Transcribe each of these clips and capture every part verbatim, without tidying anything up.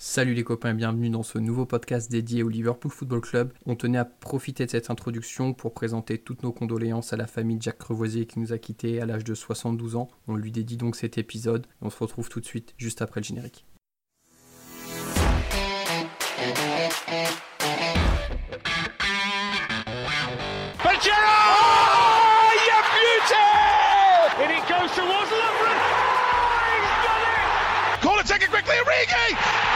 Salut les copains et bienvenue dans ce nouveau podcast dédié au Liverpool Football Club. On tenait à profiter de cette introduction pour présenter toutes nos condoléances à la famille de Jacques Crevoisier qui nous a quittés à l'âge de soixante-douze ans. On lui dédie donc cet épisode. On se retrouve tout de suite juste après le générique. Oh, you beauty! And it goes towards Lovren. Oh, he's done it! Call it, take it quickly, Origi!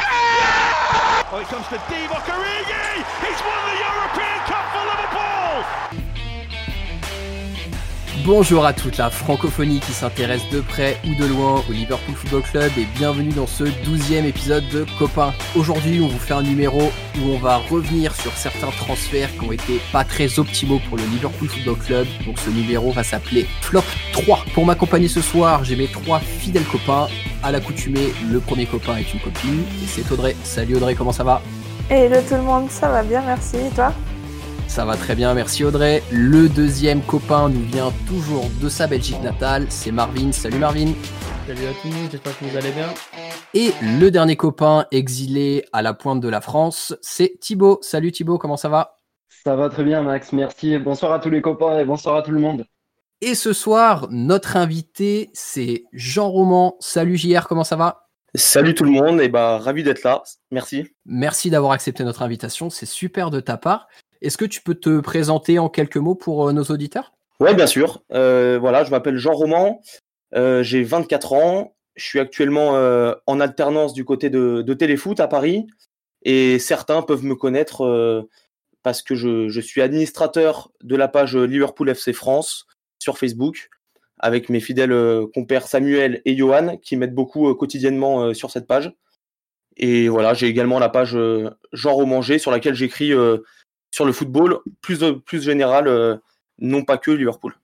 Ah! Oh, it comes to Divock Origi! He's won the European Cup for Liverpool! Bonjour à toute la francophonie qui s'intéresse de près ou de loin au Liverpool Football Club et bienvenue dans ce douzième épisode de Copains. Aujourd'hui, on vous fait un numéro où on va revenir sur certains transferts qui ont été pas très optimaux pour le Liverpool Football Club. Donc ce numéro va s'appeler Flop trois. Pour m'accompagner ce soir, j'ai mes trois fidèles copains. À l'accoutumée, le premier copain est une copine et c'est Audrey. Salut Audrey, comment ça va ? Hello tout le monde, ça va bien, merci. Et toi ? Ça va très bien, merci Audrey. Le deuxième copain nous vient toujours de sa Belgique natale, c'est Marvin. Salut Marvin. Salut à tous, j'espère que vous allez bien. Et le dernier copain exilé à la pointe de la France, c'est Thibaut. Salut Thibaut, comment ça va ? Ça va très bien Max, merci. Bonsoir à tous les copains et bonsoir à tout le monde. Et ce soir, notre invité, c'est Jean Roman. Salut J R, comment ça va ? Salut tout le monde, et bah ravi d'être là, merci. Merci d'avoir accepté notre invitation, c'est super de ta part. Est-ce que tu peux te présenter en quelques mots pour euh, nos auditeurs ? Ouais, bien sûr. Euh, voilà, je m'appelle Jean Roman, euh, j'ai vingt-quatre ans, je suis actuellement euh, en alternance du côté de, de Téléfoot à Paris, et certains peuvent me connaître euh, parce que je, je suis administrateur de la page Liverpool F C France sur Facebook, avec mes fidèles euh, compères Samuel et Johan, qui m'aident beaucoup euh, quotidiennement euh, sur cette page. Et voilà, j'ai également la page euh, Jean Romanger, sur laquelle j'écris euh, sur le football, plus, plus général, euh, non pas que Liverpool.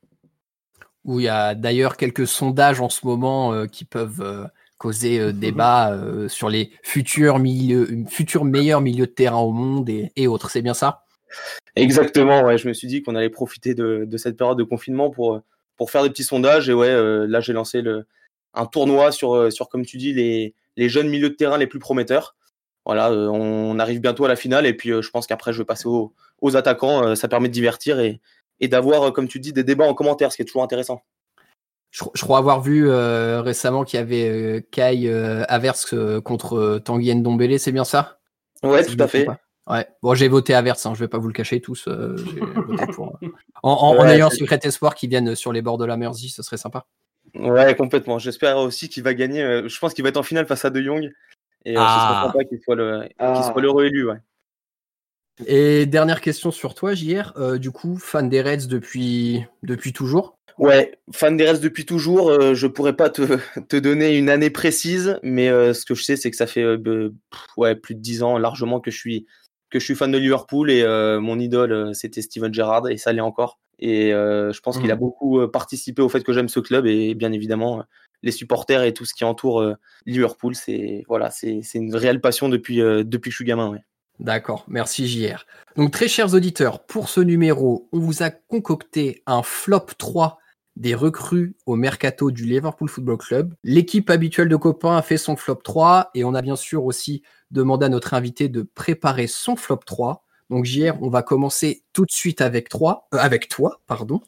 Où il y a d'ailleurs quelques sondages en ce moment euh, qui peuvent euh, causer euh, débat euh, sur les futurs, milieux, futurs meilleurs milieux de terrain au monde et, et autres, c'est bien ça ? Exactement, ouais, je me suis dit qu'on allait profiter de, de cette période de confinement pour, pour faire des petits sondages. Et ouais, euh, là j'ai lancé le, un tournoi sur, sur, comme tu dis, les, les jeunes milieux de terrain les plus prometteurs. Voilà, euh, on arrive bientôt à la finale et puis euh, je pense qu'après je vais passer aux, aux attaquants. Euh, ça permet de divertir et, et d'avoir, euh, comme tu dis, des débats en commentaire, ce qui est toujours intéressant. Je, je crois avoir vu euh, récemment qu'il y avait euh, Kai euh, Havertz euh, contre euh, Tanguy Ndombele, c'est bien ça ? Ouais, si tout à fait. Ouais. Bon, j'ai voté Havertz, hein, je vais pas vous le cacher tous. Euh, j'ai voté pour, euh, en, en, ouais, en ayant un secret espoir qui vienne sur les bords de la Mersey, ce serait sympa. Ouais, complètement. J'espère aussi qu'il va gagner. Je pense qu'il va être en finale face à De Jong. Et euh, ah. ce serait sympa qu'il soit le, ah. qu'il soit le réélu, ouais. Et dernière question sur toi, J R. Euh, du coup, fan des Reds depuis, depuis toujours ? Ouais, fan des Reds depuis toujours. Euh, je pourrais pas te, te donner une année précise, mais euh, ce que je sais, c'est que ça fait euh, ouais, plus de dix ans largement que je suis, que je suis fan de Liverpool et euh, mon idole, euh, c'était Steven Gerrard et ça l'est encore. Et euh, je pense mmh. qu'il a beaucoup euh, participé au fait que j'aime ce club et bien évidemment... Euh, les supporters et tout ce qui entoure euh, Liverpool, c'est, voilà, c'est, c'est une réelle passion depuis, euh, depuis que je suis gamin. Ouais. D'accord, merci J R. Donc très chers auditeurs, pour ce numéro, on vous a concocté un flop trois des recrues au mercato du Liverpool Football Club. L'équipe habituelle de copains a fait son flop trois et on a bien sûr aussi demandé à notre invité de préparer son flop trois. Donc J R, on va commencer tout de suite avec, trois, euh, avec toi. pardon.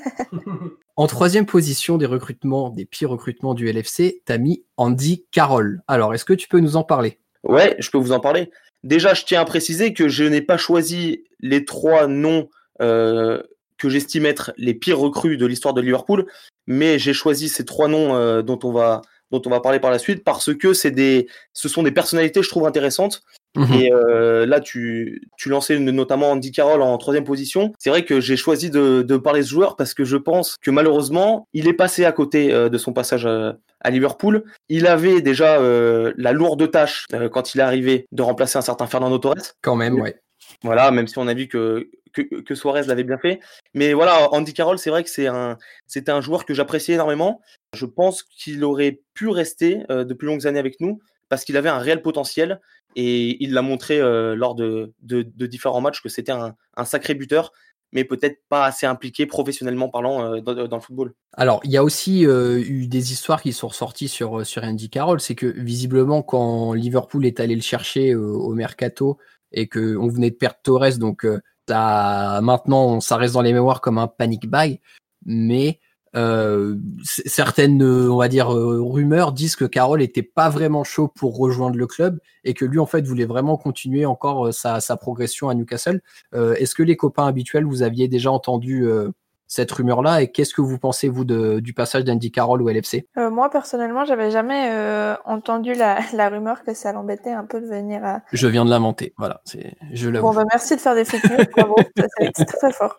En troisième position des recrutements, des pires recrutements du L F C, t'as mis Andy Carroll. Alors, est-ce que tu peux nous en parler ? Ouais, je peux vous en parler. Déjà, je tiens à préciser que je n'ai pas choisi les trois noms euh, que j'estime être les pires recrues de l'histoire de Liverpool, mais j'ai choisi ces trois noms euh, dont on va dont on va parler par la suite parce que c'est des, ce sont des personnalités, je trouve, intéressantes. Mmh. Et euh, là, tu, tu lançais notamment Andy Carroll en troisième position. C'est vrai que j'ai choisi de, de parler de ce joueur parce que je pense que malheureusement, il est passé à côté euh, de son passage à, à Liverpool. Il avait déjà euh, la lourde tâche euh, quand il est arrivé de remplacer un certain Fernando Torres. Quand même, ouais. Voilà, même si on a vu que, que, que Suarez l'avait bien fait. Mais voilà, Andy Carroll, c'est vrai que c'est un, c'était un joueur que j'appréciais énormément. Je pense qu'il aurait pu rester euh, de plus longues années avec nous parce qu'il avait un réel potentiel et il l'a montré euh, lors de, de, de différents matchs que c'était un, un sacré buteur. mais peut-être pas assez impliqué professionnellement parlant euh, dans, dans le football. Alors, il y a aussi euh, eu des histoires qui sont ressorties sur, sur Andy Carroll, c'est que visiblement, quand Liverpool est allé le chercher euh, au mercato et qu'on venait de perdre Torres, donc euh, ça, maintenant, ça reste dans les mémoires comme un panic buy, mais euh, c- certaines, on va dire, euh, rumeurs disent que Carroll était pas vraiment chaud pour rejoindre le club et que lui, en fait, voulait vraiment continuer encore euh, sa, sa progression à Newcastle. Euh, est-ce que les copains habituels, vous aviez déjà entendu euh, cette rumeur-là et qu'est-ce que vous pensez, vous, de, du passage d'Andy Carroll au L F C? Euh, moi, personnellement, j'avais jamais euh, entendu la, la rumeur que ça l'embêtait un peu de venir à... Je viens de l'inventer, voilà, c'est, je l'avoue. Bon, bah merci de faire des fake news, bravo, ça, c'est c'est très fort.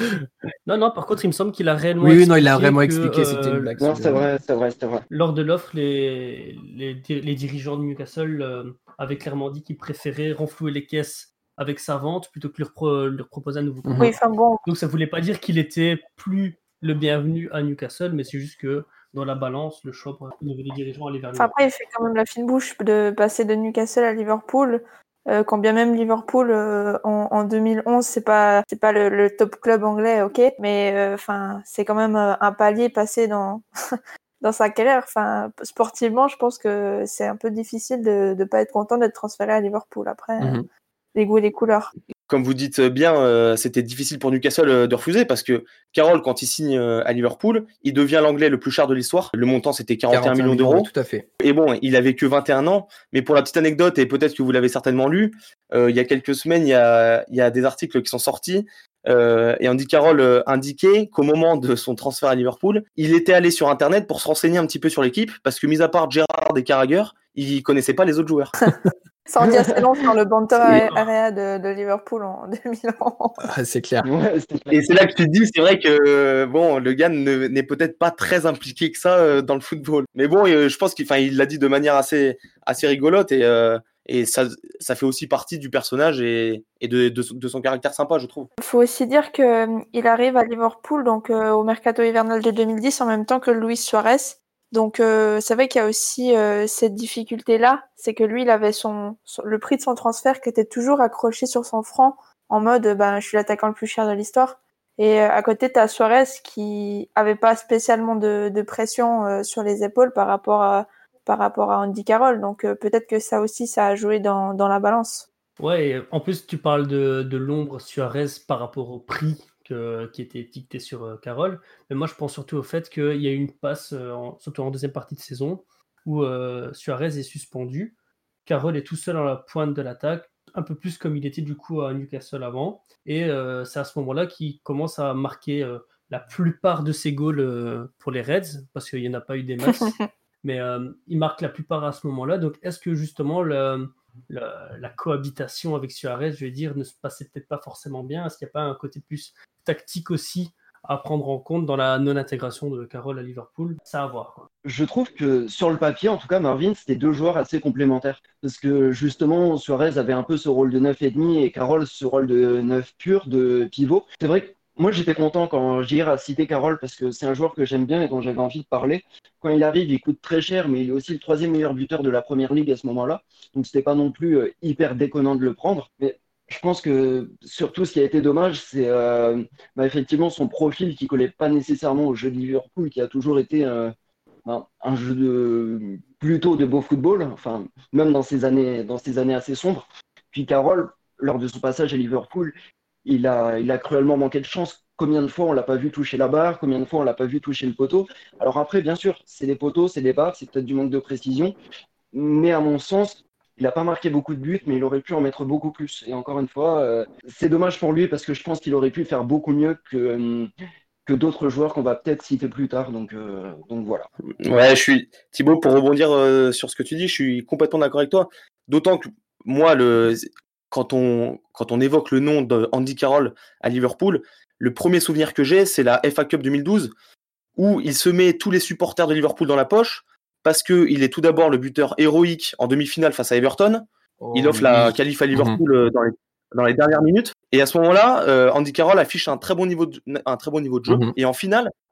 Non, non, par contre, il me semble qu'il a réellement Oui, oui, non, il a expliqué vraiment que, expliqué, c'était une euh, blague. Non, c'est c'est vrai. vrai, c'est vrai, c'est vrai. lors de l'offre, les, les, di- les dirigeants de Newcastle euh, avaient clairement dit qu'ils préféraient renflouer les caisses avec sa vente plutôt que leur, pro- leur proposer un nouveau Mhm. contrat. Oui, enfin bon, Donc ça voulait pas dire qu'il était plus le bienvenu à Newcastle, mais c'est juste que dans la balance, le choix pour- au niveau des dirigeants allait vers enfin, Liverpool. après, il fait quand même la fine bouche de passer de Newcastle à Liverpool. Euh, quand bien même Liverpool euh, en, en deux mille onze, c'est pas c'est pas le, le top club anglais, ok, mais euh, enfin c'est quand même euh, un palier passé dans dans sa carrière. Enfin sportivement, je pense que c'est un peu difficile de de pas être content d'être transféré à Liverpool. Après, euh, Mhm. les goûts et les couleurs. Comme vous dites bien, euh, c'était difficile pour Newcastle euh, de refuser parce que Carroll, quand il signe euh, à Liverpool, il devient l'anglais le plus cher de l'histoire. Le montant, c'était quarante et un quarante et un millions millions, d'euros. ouais, tout à fait. Et bon, il avait que vingt et un ans, mais pour la petite anecdote, et peut-être que vous l'avez certainement lu, euh, il y a quelques semaines, il y a, il y a des articles qui sont sortis, euh, et Andy Carroll euh, indiquait qu'au moment de son transfert à Liverpool, il était allé sur Internet pour se renseigner un petit peu sur l'équipe, parce que mis à part Gerrard et Carragher, il connaissait pas les autres joueurs. Ça en dit assez long sur le banter Et- area de, de Liverpool en deux mille ans. Ah, c'est clair. Ouais, c'est clair. Et c'est là que tu te dis, c'est vrai que euh, bon, le gars ne- n'est peut-être pas très impliqué que ça euh, dans le football. Mais bon, euh, je pense qu'il, enfin, il l'a dit de manière assez, assez rigolote et, euh, et ça, ça fait aussi partie du personnage et, et de, de, de son caractère sympa, je trouve. Il faut aussi dire que euh, il arrive à Liverpool donc euh, au mercato hivernal de deux mille dix en même temps que Luis Suarez. Donc euh, c'est vrai qu'il y a aussi euh, cette difficulté-là, c'est que lui il avait son, son- le prix de son transfert qui était toujours accroché sur son front en mode euh, ben je suis l'attaquant le plus cher de l'histoire. Et euh, à côté t'as Suarez qui avait pas spécialement de, de pression euh, sur les épaules par rapport à par rapport à Andy Carroll. Donc euh, peut-être que ça aussi ça a joué dans dans la balance. Ouais, et en plus, tu parles de, de l'ombre Suarez par rapport au prix que, qui était dicté sur euh, Carroll. Mais moi, je pense surtout au fait qu'il y a eu une passe, euh, en- surtout en deuxième partie de saison, où euh, Suarez est suspendu. Carroll est tout seul à la pointe de l'attaque, un peu plus comme il était du coup à Newcastle avant. Et euh, c'est à ce moment-là qu'il commence à marquer euh, la plupart de ses goals euh, pour les Reds, parce qu'il n'y en a pas eu des masses. Mais euh, il marque la plupart à ce moment-là. Donc, est-ce que justement le, la, la cohabitation avec Suarez, je vais dire, ne se passait peut-être pas forcément bien? Est-ce qu'il n'y a pas un côté plus tactique aussi à prendre en compte dans la non-intégration de Carroll à Liverpool? Ça à voir, quoi. Je trouve que sur le papier, en tout cas, Marvin, c'était deux joueurs assez complémentaires. Parce que justement, Suarez avait un peu ce rôle de neuf et demi et Carroll ce rôle de neuf pur, de pivot. C'est vrai que moi, j'étais content quand J R a cité Carroll parce que c'est un joueur que j'aime bien et dont j'avais envie de parler. Quand il arrive, il coûte très cher, mais il est aussi le troisième meilleur buteur de la première ligue à ce moment-là. Donc, c'était pas non plus euh, hyper déconnant de le prendre. Mais je pense que surtout, ce qui a été dommage, c'est euh, bah, effectivement son profil qui collait pas nécessairement au jeu de Liverpool, qui a toujours été euh, ben, un jeu de plutôt de beau football, enfin même dans ces années, dans ces années assez sombres. Puis Carroll, lors de son passage à Liverpool, il a, il a cruellement manqué de chance. Combien de fois on l'a pas vu toucher la barre, combien de fois on l'a pas vu toucher le poteau. Alors après, bien sûr, c'est des poteaux, c'est des barres, c'est peut-être du manque de précision, mais à mon sens, il n'a pas marqué beaucoup de buts, mais il aurait pu en mettre beaucoup plus. Et encore une fois, euh, c'est dommage pour lui parce que je pense qu'il aurait pu faire beaucoup mieux que, euh, que d'autres joueurs qu'on va peut-être citer plus tard. Donc, euh, donc voilà. Ouais, je suis Thibaut, pour rebondir euh, sur ce que tu dis, je suis complètement d'accord avec toi. D'autant que moi, le quand on quand on évoque le nom d'Andy Carroll à Liverpool, le premier souvenir que j'ai, c'est la F A Cup deux mille douze où il se met tous les supporters de Liverpool dans la poche parce que il est tout d'abord le buteur héroïque en demi-finale face à Everton. Oh, Il offre oui. la qualif à Liverpool euh, dans les dans les dernières minutes. Et à ce moment-là, euh, Andy Carroll affiche un très bon niveau de, un très bon niveau de jeu. Mhm. Et en finale,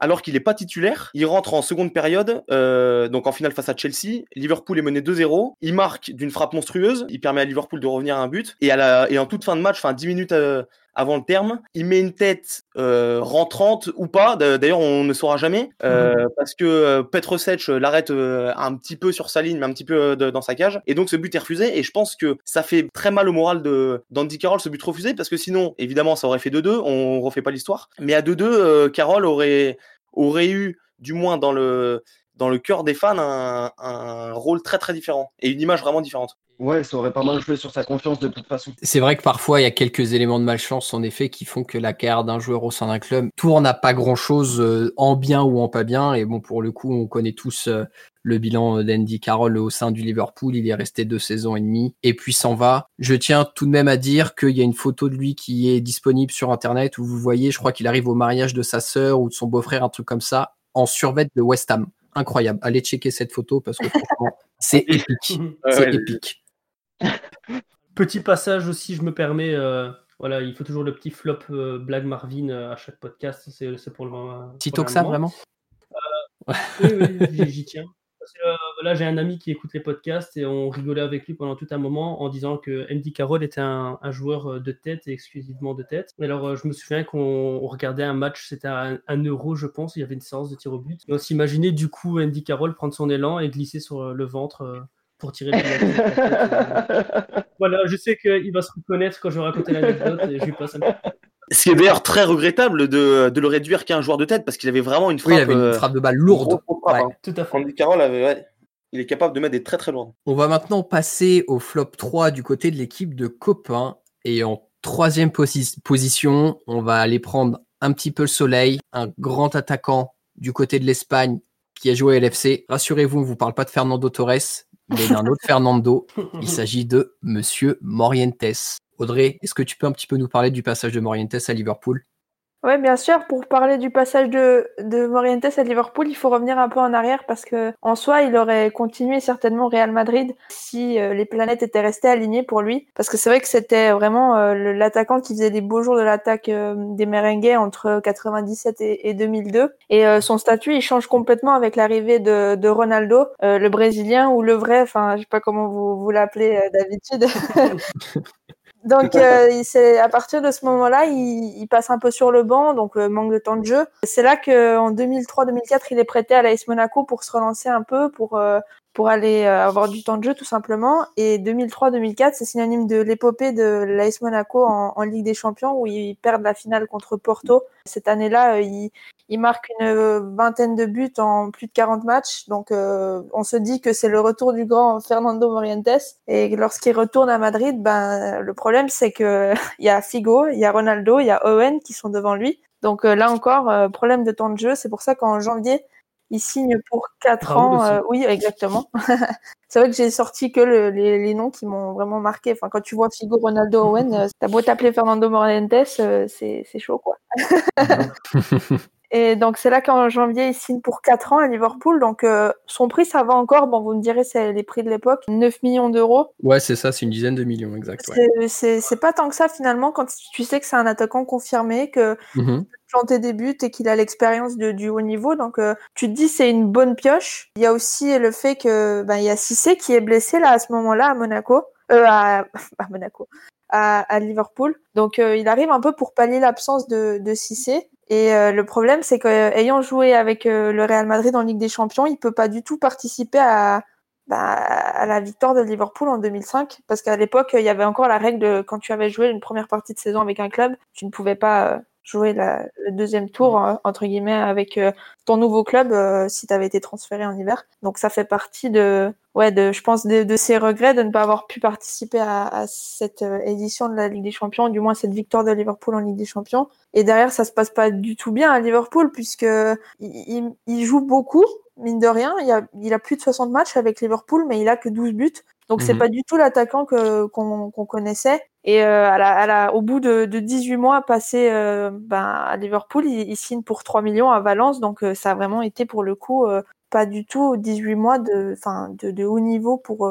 alors qu'il n'est pas titulaire. Il rentre en seconde période, euh, donc en finale face à Chelsea. Liverpool est mené deux zéro. Il marque d'une frappe monstrueuse. Il permet à Liverpool de revenir à un but. Et, à la, et en toute fin de match, enfin dix minutes euh, avant le terme, il met une tête euh, rentrante ou pas. D'ailleurs, on ne saura jamais euh, mmh. parce que euh, Petr Cech l'arrête euh, un petit peu sur sa ligne, mais un petit peu euh, de, dans sa cage. Et donc, ce but est refusé. Et je pense que ça fait très mal au moral de, d'Andy Carroll, ce but refusé, parce que sinon, évidemment, ça aurait fait deux deux. On refait pas l'histoire. Mais à deux deux, euh, Carroll aurait, aurait eu, du moins dans le, dans le cœur des fans, un, un rôle très très différent et une image vraiment différente. Ouais, ça aurait pas mal joué sur sa confiance de toute façon. C'est vrai que parfois, il y a quelques éléments de malchance, en effet, qui font que la carrière d'un joueur au sein d'un club tourne à pas grand-chose, euh, en bien ou en pas bien. Et bon, pour le coup, on connaît tous euh, le bilan d'Andy Carroll au sein du Liverpool. Il est resté deux saisons et demie et puis s'en va. Je tiens tout de même à dire qu'il y a une photo de lui qui est disponible sur Internet où vous voyez, je crois qu'il arrive au mariage de sa sœur ou de son beau-frère, un truc comme ça, en survêt de West Ham. Incroyable. Allez checker cette photo parce que franchement, c'est épique. C'est ouais, épique. Petit passage aussi, je me permets, euh, voilà, il faut toujours le petit flop euh, Blague Marvin euh, à chaque podcast, c'est, c'est pour le moment. Si tôt que ça, vraiment euh, Oui, oui, j'y, j'y tiens. Parce que, euh, là, j'ai un ami qui écoute les podcasts et on rigolait avec lui pendant tout un moment en disant que Andy Carroll était un, un joueur de tête et exclusivement de tête. Et alors, euh, je me souviens qu'on on regardait un match, c'était un, un euro, je pense, il y avait une séance de tir au but. Et on s'imaginait du coup Andy Carroll prendre son élan et glisser sur le ventre euh, pour tirer le penalty. Voilà, je sais qu'il va se reconnaître quand je vais raconter l'anecdote et je lui passe un peu. Ce qui est d'ailleurs très regrettable de, de le réduire qu'à un joueur de tête parce qu'il avait vraiment une frappe. Oui, il avait une frappe de balle lourde. Frappe, ouais. Hein. Tout à fait. Andy Carroll avait, ouais, il est capable de mettre des très très lourdes. On va maintenant passer au flop trois du côté de l'équipe de Copain. Et en troisième posi- position, on va aller prendre un petit peu le soleil, un grand attaquant du côté de l'Espagne qui a joué à L F C. Rassurez-vous, on ne vous parle pas de Fernando Torres, mais d'un autre Fernando. Il s'agit de Monsieur Morientes. Audrey, est-ce que tu peux un petit peu nous parler du passage de Morientes à Liverpool ? Oui, bien sûr. Pour parler du passage de, de Morientes à Liverpool, il faut revenir un peu en arrière parce que en soi, il aurait continué certainement au Real Madrid si euh, les planètes étaient restées alignées pour lui. Parce que c'est vrai que c'était vraiment euh, le, l'attaquant qui faisait les beaux jours de l'attaque euh, des Merengues entre quatre-vingt-dix-sept et, et deux mille deux. Et euh, son statut, il change complètement avec l'arrivée de, de Ronaldo, euh, le Brésilien ou le vrai, enfin, je sais pas comment vous, vous l'appelez euh, d'habitude. Donc, euh, c'est à partir de ce moment-là, il, il passe un peu sur le banc, donc euh, manque de temps de jeu. C'est là qu'en deux mille trois deux mille quatre, il est prêté à l'A S Monaco pour se relancer un peu, pour euh, pour aller euh, avoir du temps de jeu tout simplement. Et deux mille trois deux mille quatre, c'est synonyme de l'épopée de l'A S Monaco en, en Ligue des Champions où ils perdent la finale contre Porto. Cette année-là, euh, il, il marque une vingtaine de buts en plus de quarante matchs. Donc, euh, on se dit que c'est le retour du grand Fernando Morientes. Et lorsqu'il retourne à Madrid, ben le problème c'est que il y a Figo, il y a Ronaldo, il y a Owen qui sont devant lui. Donc euh, là encore, euh, problème de temps de jeu. C'est pour ça qu'en janvier, il signe pour quatre ans. Euh, oui, exactement. C'est vrai que j'ai sorti que le, les, les noms qui m'ont vraiment marqué. Enfin, quand tu vois Figo, Ronaldo, Owen, euh, t'as beau t'appeler Fernando Morientes, euh, c'est, c'est chaud, quoi. Et donc, c'est là qu'en janvier, il signe pour quatre ans à Liverpool. Donc, euh, son prix, ça va encore. Bon, vous me direz, c'est les prix de l'époque. neuf millions d'euros. Ouais, c'est ça, c'est une dizaine de millions, exact. Ouais. C'est, c'est, c'est pas tant que ça, finalement, quand tu sais que c'est un attaquant confirmé, que mm-hmm. il peut planter des buts et qu'il a l'expérience de, du haut niveau. Donc, euh, tu te dis, c'est une bonne pioche. Il y a aussi le fait que, ben, il y a Cissé qui est blessé, là, à ce moment-là, à Monaco. Euh, à, à Monaco. À, à Liverpool. Donc, euh, il arrive un peu pour pallier l'absence de, de Cissé. Et euh, le problème, c'est qu'ayant joué avec euh, le Real Madrid en Ligue des Champions, il peut pas du tout participer à, bah, à la victoire de Liverpool en deux mille cinq. Parce qu'à l'époque, il y avait encore la règle de quand tu avais joué une première partie de saison avec un club, tu ne pouvais pas euh, jouer la, le deuxième tour, euh, entre guillemets, avec euh, ton nouveau club euh, si tu avais été transféré en hiver. Donc ça fait partie de... Ouais, de, je pense de, de ses regrets de ne pas avoir pu participer à, à cette euh, édition de la Ligue des Champions, du moins cette victoire de Liverpool en Ligue des Champions. Et derrière, ça se passe pas du tout bien à Liverpool puisque il, il, il joue beaucoup, mine de rien. Il a, il a plus de soixante matchs avec Liverpool, mais il a que douze buts. Donc mmh. c'est pas du tout l'attaquant que qu'on, qu'on connaissait. Et euh, à la, à la, au bout de, de dix-huit mois passés euh, ben, à Liverpool, il, il signe pour trois millions à Valence. Donc euh, ça a vraiment été pour le coup euh, pas du tout dix-huit mois de, enfin, de, de haut niveau pour, euh,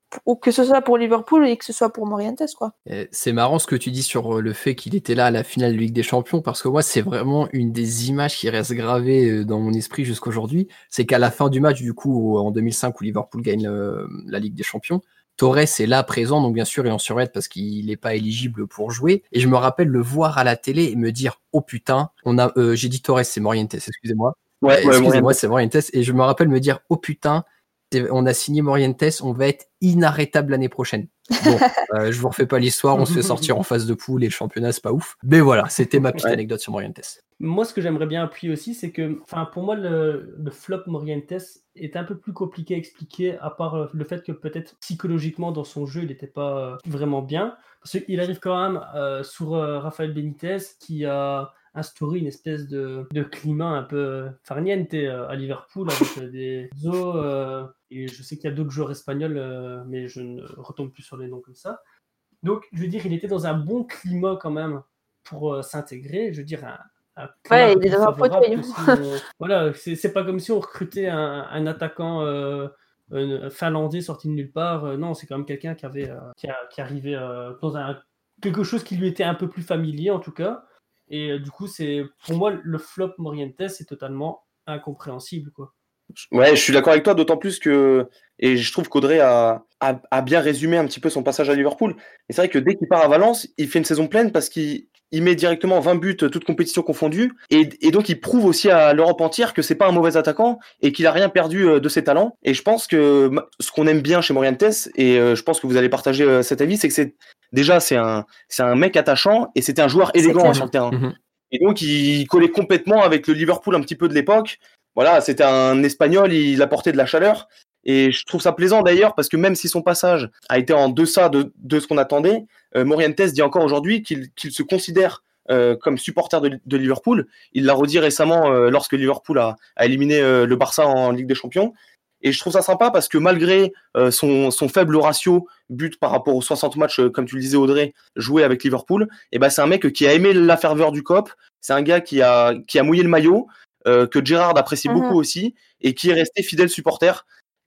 ou que ce soit pour Liverpool et que ce soit pour Morientes, quoi. C'est marrant ce que tu dis sur le fait qu'il était là à la finale de Ligue des Champions, parce que moi, c'est vraiment une des images qui reste gravée dans mon esprit jusqu'aujourd'hui. C'est qu'à la fin du match, du coup, en deux mille cinq, où Liverpool gagne le, la Ligue des Champions, Torres est là présent, donc bien sûr, il en surveille parce qu'il n'est pas éligible pour jouer. Et je me rappelle le voir à la télé et me dire, oh putain, on a, euh, j'ai dit Torres, c'est Morientes, excusez-moi. Ouais, euh, ouais, excusez-moi, Morientes. c'est Morientes. Et je me rappelle me dire, oh putain, on a signé Morientes, on va être inarrêtable l'année prochaine. Bon, euh, je vous refais pas l'histoire, on se fait sortir en phase de poule et le championnat, c'est pas ouf. Mais voilà, c'était ma petite Ouais. anecdote sur Morientes. Moi, ce que j'aimerais bien appuyer aussi, c'est que, enfin, pour moi, le, le flop Morientes est un peu plus compliqué à expliquer, à part le fait que peut-être psychologiquement dans son jeu, il n'était pas vraiment bien. Parce qu'il arrive quand même euh, sur euh, Rafael Benitez, qui a instauré une espèce de, de climat un peu farniente euh, à Liverpool, avec euh, des os, euh, et je sais qu'il y a d'autres joueurs espagnols, euh, mais je ne retombe plus sur les noms comme ça. Donc, je veux dire, il était dans un bon climat quand même pour euh, s'intégrer. Je veux dire, un, un ouais, il est dans un fauteuil. Si on... Voilà, c'est, c'est pas comme si on recrutait un, un attaquant euh, un finlandais sorti de nulle part. Euh, non, c'est quand même quelqu'un qui avait, euh, qui, a, qui arrivait euh, dans un quelque chose qui lui était un peu plus familier en tout cas. Et euh, du coup, c'est pour moi le flop Morientes, c'est totalement incompréhensible, quoi. Ouais, je suis d'accord avec toi, d'autant plus que, et je trouve qu'Audrey a, a, a bien résumé un petit peu son passage à Liverpool. Et c'est vrai que dès qu'il part à Valence, il fait une saison pleine parce qu'il il met directement vingt buts, toutes compétitions confondues, et, et donc il prouve aussi à l'Europe entière que c'est pas un mauvais attaquant et qu'il a rien perdu de ses talents. Et je pense que ce qu'on aime bien chez Morientes, et je pense que vous allez partager cet avis, c'est que c'est déjà c'est un c'est un mec attachant et c'était un joueur élégant sur le terrain. Mm-hmm. Et donc il collait complètement avec le Liverpool un petit peu de l'époque. Voilà, c'était un Espagnol, il apportait de la chaleur. Et je trouve ça plaisant d'ailleurs, parce que même si son passage a été en deçà de, de ce qu'on attendait, euh, Morientes dit encore aujourd'hui qu'il, qu'il se considère euh, comme supporter de, de Liverpool. Il l'a redit récemment euh, lorsque Liverpool a, a éliminé euh, le Barça en Ligue des Champions. Et je trouve ça sympa parce que malgré euh, son, son faible ratio but par rapport aux soixante matchs, euh, comme tu le disais Audrey, joués avec Liverpool, et ben c'est un mec qui a aimé la ferveur du C O P. C'est un gars qui a, qui a mouillé le maillot, euh, que Gérard apprécie mm-hmm. beaucoup aussi, et qui est resté fidèle supporter.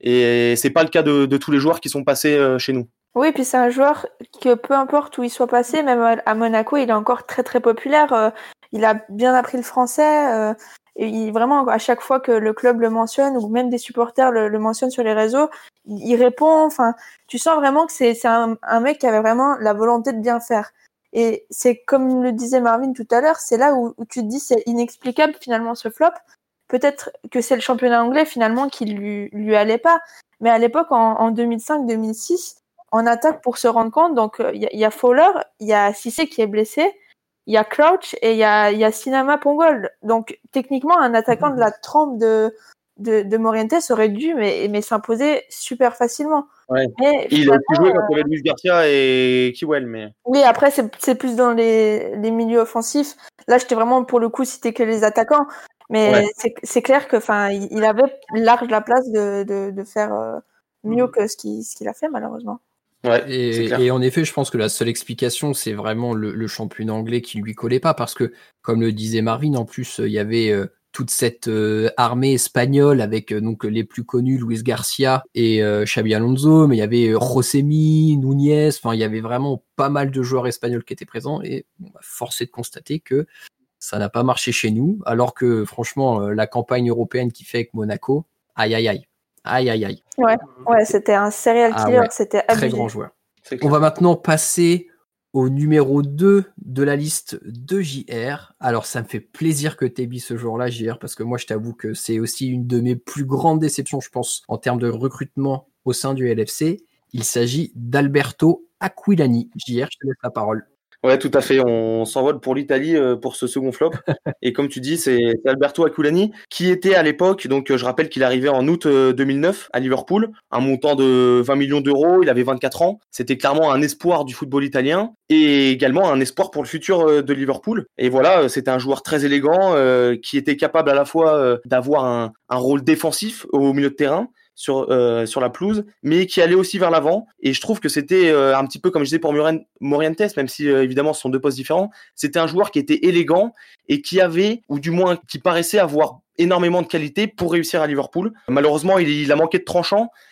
Et c'est pas le cas de, de tous les joueurs qui sont passés euh, chez nous. Oui, puis c'est un joueur que peu importe où il soit passé, même à Monaco, il est encore très très populaire. Euh, il a bien appris le français. Euh, et il, vraiment, à chaque fois que le club le mentionne, ou même des supporters le, le mentionnent sur les réseaux, il, il répond. Enfin, tu sens vraiment que c'est, c'est un, un mec qui avait vraiment la volonté de bien faire. Et c'est comme le disait Marvin tout à l'heure, c'est là où, où tu te dis c'est inexplicable finalement ce flop. Peut-être que c'est le championnat anglais finalement qui lui, lui allait pas. Mais à l'époque, en, en deux mille cinq deux mille six, en attaque pour se rendre compte, donc il y, y a Fowler, il y a Cissé qui est blessé, il y a Crouch et il y a, y a Sinama Pongolle. Donc techniquement, un attaquant de la trempe de, de, de Morientes aurait dû mais, mais s'imposer super facilement. Ouais. Mais, il a pu jouer quand il y avait Luis Garcia et Kiwell, mais... Oui, après, c'est, c'est plus dans les, les milieux offensifs. Là, j'étais vraiment, pour le coup, cité que les attaquants. Mais ouais. c'est, c'est clair que, enfin, il, il avait large la place de, de, de faire euh, mieux que ce qu'il, ce qu'il a fait, malheureusement. Ouais, et, et en effet, je pense que la seule explication, c'est vraiment le, le championnat anglais qui lui collait pas, parce que, comme le disait Marvin, en plus, il y avait euh, toute cette euh, armée espagnole avec euh, donc les plus connus, Luis Garcia et euh, Xabi Alonso, mais il y avait euh, Josemi, Núñez, enfin, il y avait vraiment pas mal de joueurs espagnols qui étaient présents, et bon, bah, force est de constater que ça n'a pas marché chez nous, alors que franchement, euh, la campagne européenne qu'il fait avec Monaco, aïe aïe aïe, aïe aïe aïe. Ouais, ouais, c'était un serial killer, ah ouais, c'était abusé. Très grand joueur. On va maintenant passer au numéro deux de la liste de J R. Alors, ça me fait plaisir que tu aies mis ce joueur-là, J R, parce que moi, je t'avoue que c'est aussi une de mes plus grandes déceptions, je pense, en termes de recrutement au sein du L F C. Il s'agit d'Alberto Aquilani. J R, je te laisse la parole. Ouais, tout à fait. On s'envole pour l'Italie euh, pour ce second flop. Et comme tu dis, c'est, c'est Alberto Aquilani qui était à l'époque, donc je rappelle qu'il arrivait en août euh, deux mille neuf à Liverpool, un montant de vingt millions d'euros, il avait vingt-quatre ans. C'était clairement un espoir du football italien et également un espoir pour le futur euh, de Liverpool. Et voilà, c'était un joueur très élégant euh, qui était capable à la fois euh, d'avoir un, un rôle défensif au milieu de terrain, sur euh, sur la pelouse, mais qui allait aussi vers l'avant. Et je trouve que c'était euh, un petit peu comme je disais pour Morientes, même si euh, évidemment ce sont deux postes différents. C'était un joueur qui était élégant et qui avait, ou du moins qui paraissait avoir énormément de qualité pour réussir à Liverpool. Malheureusement, il, il a manqué de tranchant,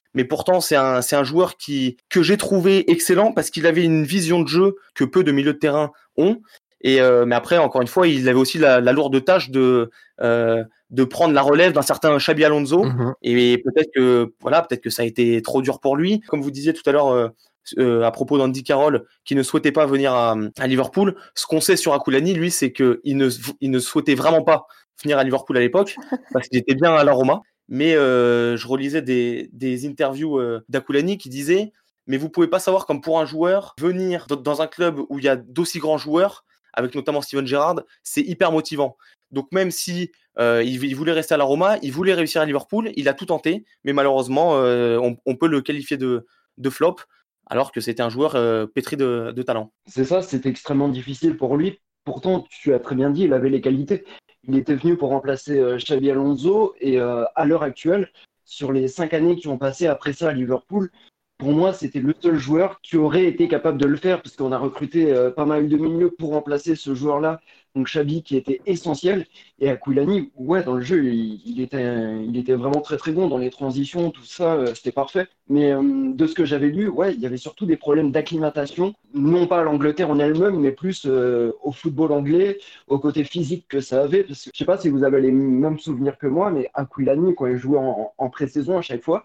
mais pourtant c'est un, c'est un joueur qui, que j'ai trouvé excellent parce qu'il avait une vision de jeu que peu de milieux de terrain ont. Et euh, mais après, encore une fois, il avait aussi la, la lourde tâche de euh, de prendre la relève d'un certain Xabi Alonso. Mhm. Et peut-être que voilà, peut-être que ça a été trop dur pour lui. Comme vous disiez tout à l'heure euh, euh, à propos d'Andy Carroll, qui ne souhaitait pas venir à, à Liverpool. Ce qu'on sait sur Aquilani, lui, c'est que il ne il ne souhaitait vraiment pas venir à Liverpool à l'époque parce qu'il était bien à la Roma. Mais euh, je relisais des des interviews euh, d'Aquilani qui disaient mais vous pouvez pas savoir comme pour un joueur venir dans un club où il y a d'aussi grands joueurs, avec notamment Steven Gerrard, c'est hyper motivant. Donc même si euh, il, il voulait rester à la Roma, il voulait réussir à Liverpool, il a tout tenté, mais malheureusement, euh, on, on peut le qualifier de, de flop, alors que c'était un joueur euh, pétri de, de talent. C'est ça, c'était extrêmement difficile pour lui. Pourtant, tu as très bien dit, il avait les qualités. Il était venu pour remplacer euh, Xabi Alonso et euh, à l'heure actuelle, sur les cinq années qui ont passé après ça à Liverpool, pour moi, c'était le seul joueur qui aurait été capable de le faire, parce qu'on a recruté euh, pas mal de milieux pour remplacer ce joueur-là. Donc Xabi qui était essentiel. Et Aquilani, ouais, dans le jeu, il, il était, il était vraiment très très bon dans les transitions, tout ça, euh, c'était parfait. Mais euh, de ce que j'avais lu, ouais, il y avait surtout des problèmes d'acclimatation, non pas à l'Angleterre en elle-même, mais plus euh, au football anglais, au côté physique que ça avait. Parce que je sais pas si vous avez les mêmes souvenirs que moi, mais Aquilani, quand il jouait en, en pré-saison à chaque fois,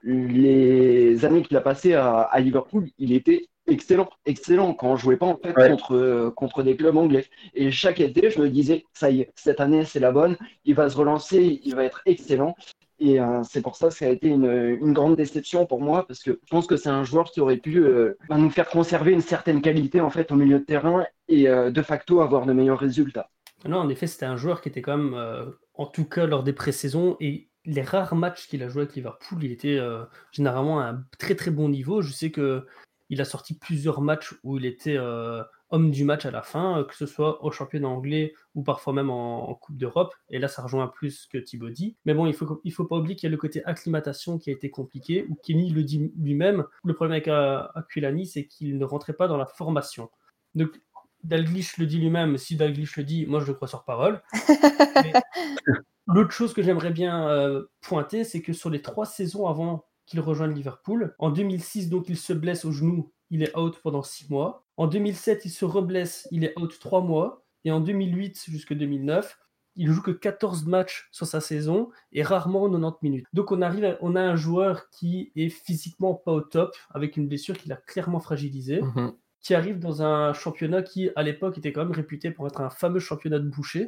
les années qu'il a passées à, à Liverpool, il était excellent, excellent quand on jouait pas en fait Ouais. contre, euh, contre des clubs anglais. Et chaque été, je me disais, ça y est, cette année, c'est la bonne, il va se relancer, il va être excellent. Et euh, c'est pour ça que ça a été une, une grande déception pour moi, parce que je pense que c'est un joueur qui aurait pu euh, nous faire conserver une certaine qualité en fait au milieu de terrain et euh, de facto avoir de meilleurs résultats. Non, en effet, c'était un joueur qui était quand même, euh, en tout cas lors des pré-saisons, et les rares matchs qu'il a joué avec Liverpool, il était euh, généralement à un très très bon niveau. Je sais que il a sorti plusieurs matchs où il était euh, homme du match à la fin, euh, que ce soit au championnat anglais ou parfois même en, en Coupe d'Europe. Et là, ça rejoint plus que Thibaut dit. Mais bon, il faut, il faut pas oublier qu'il y a le côté acclimatation qui a été compliqué, ou Kenny le dit lui-même. Le problème avec euh, Aquilani, c'est qu'il ne rentrait pas dans la formation. Donc, Dalglish le dit lui-même, si Dalglish le dit, moi je le crois sur parole. Mais l'autre chose que j'aimerais bien euh, pointer, c'est que sur les trois saisons avant qu'il rejoigne Liverpool, en deux mille six, donc il se blesse au genou, il est out pendant six mois. En deux mille sept, il se reblesse, il est out trois mois. Et en deux mille huit jusqu'en deux mille neuf, il joue que quatorze matchs sur sa saison et rarement quatre-vingt-dix minutes. Donc on arrive, à, on a un joueur qui est physiquement pas au top, avec une blessure qui l'a clairement fragilisé. Mm-hmm. Qui arrive dans un championnat qui, à l'époque, était quand même réputé pour être un fameux championnat de boucher.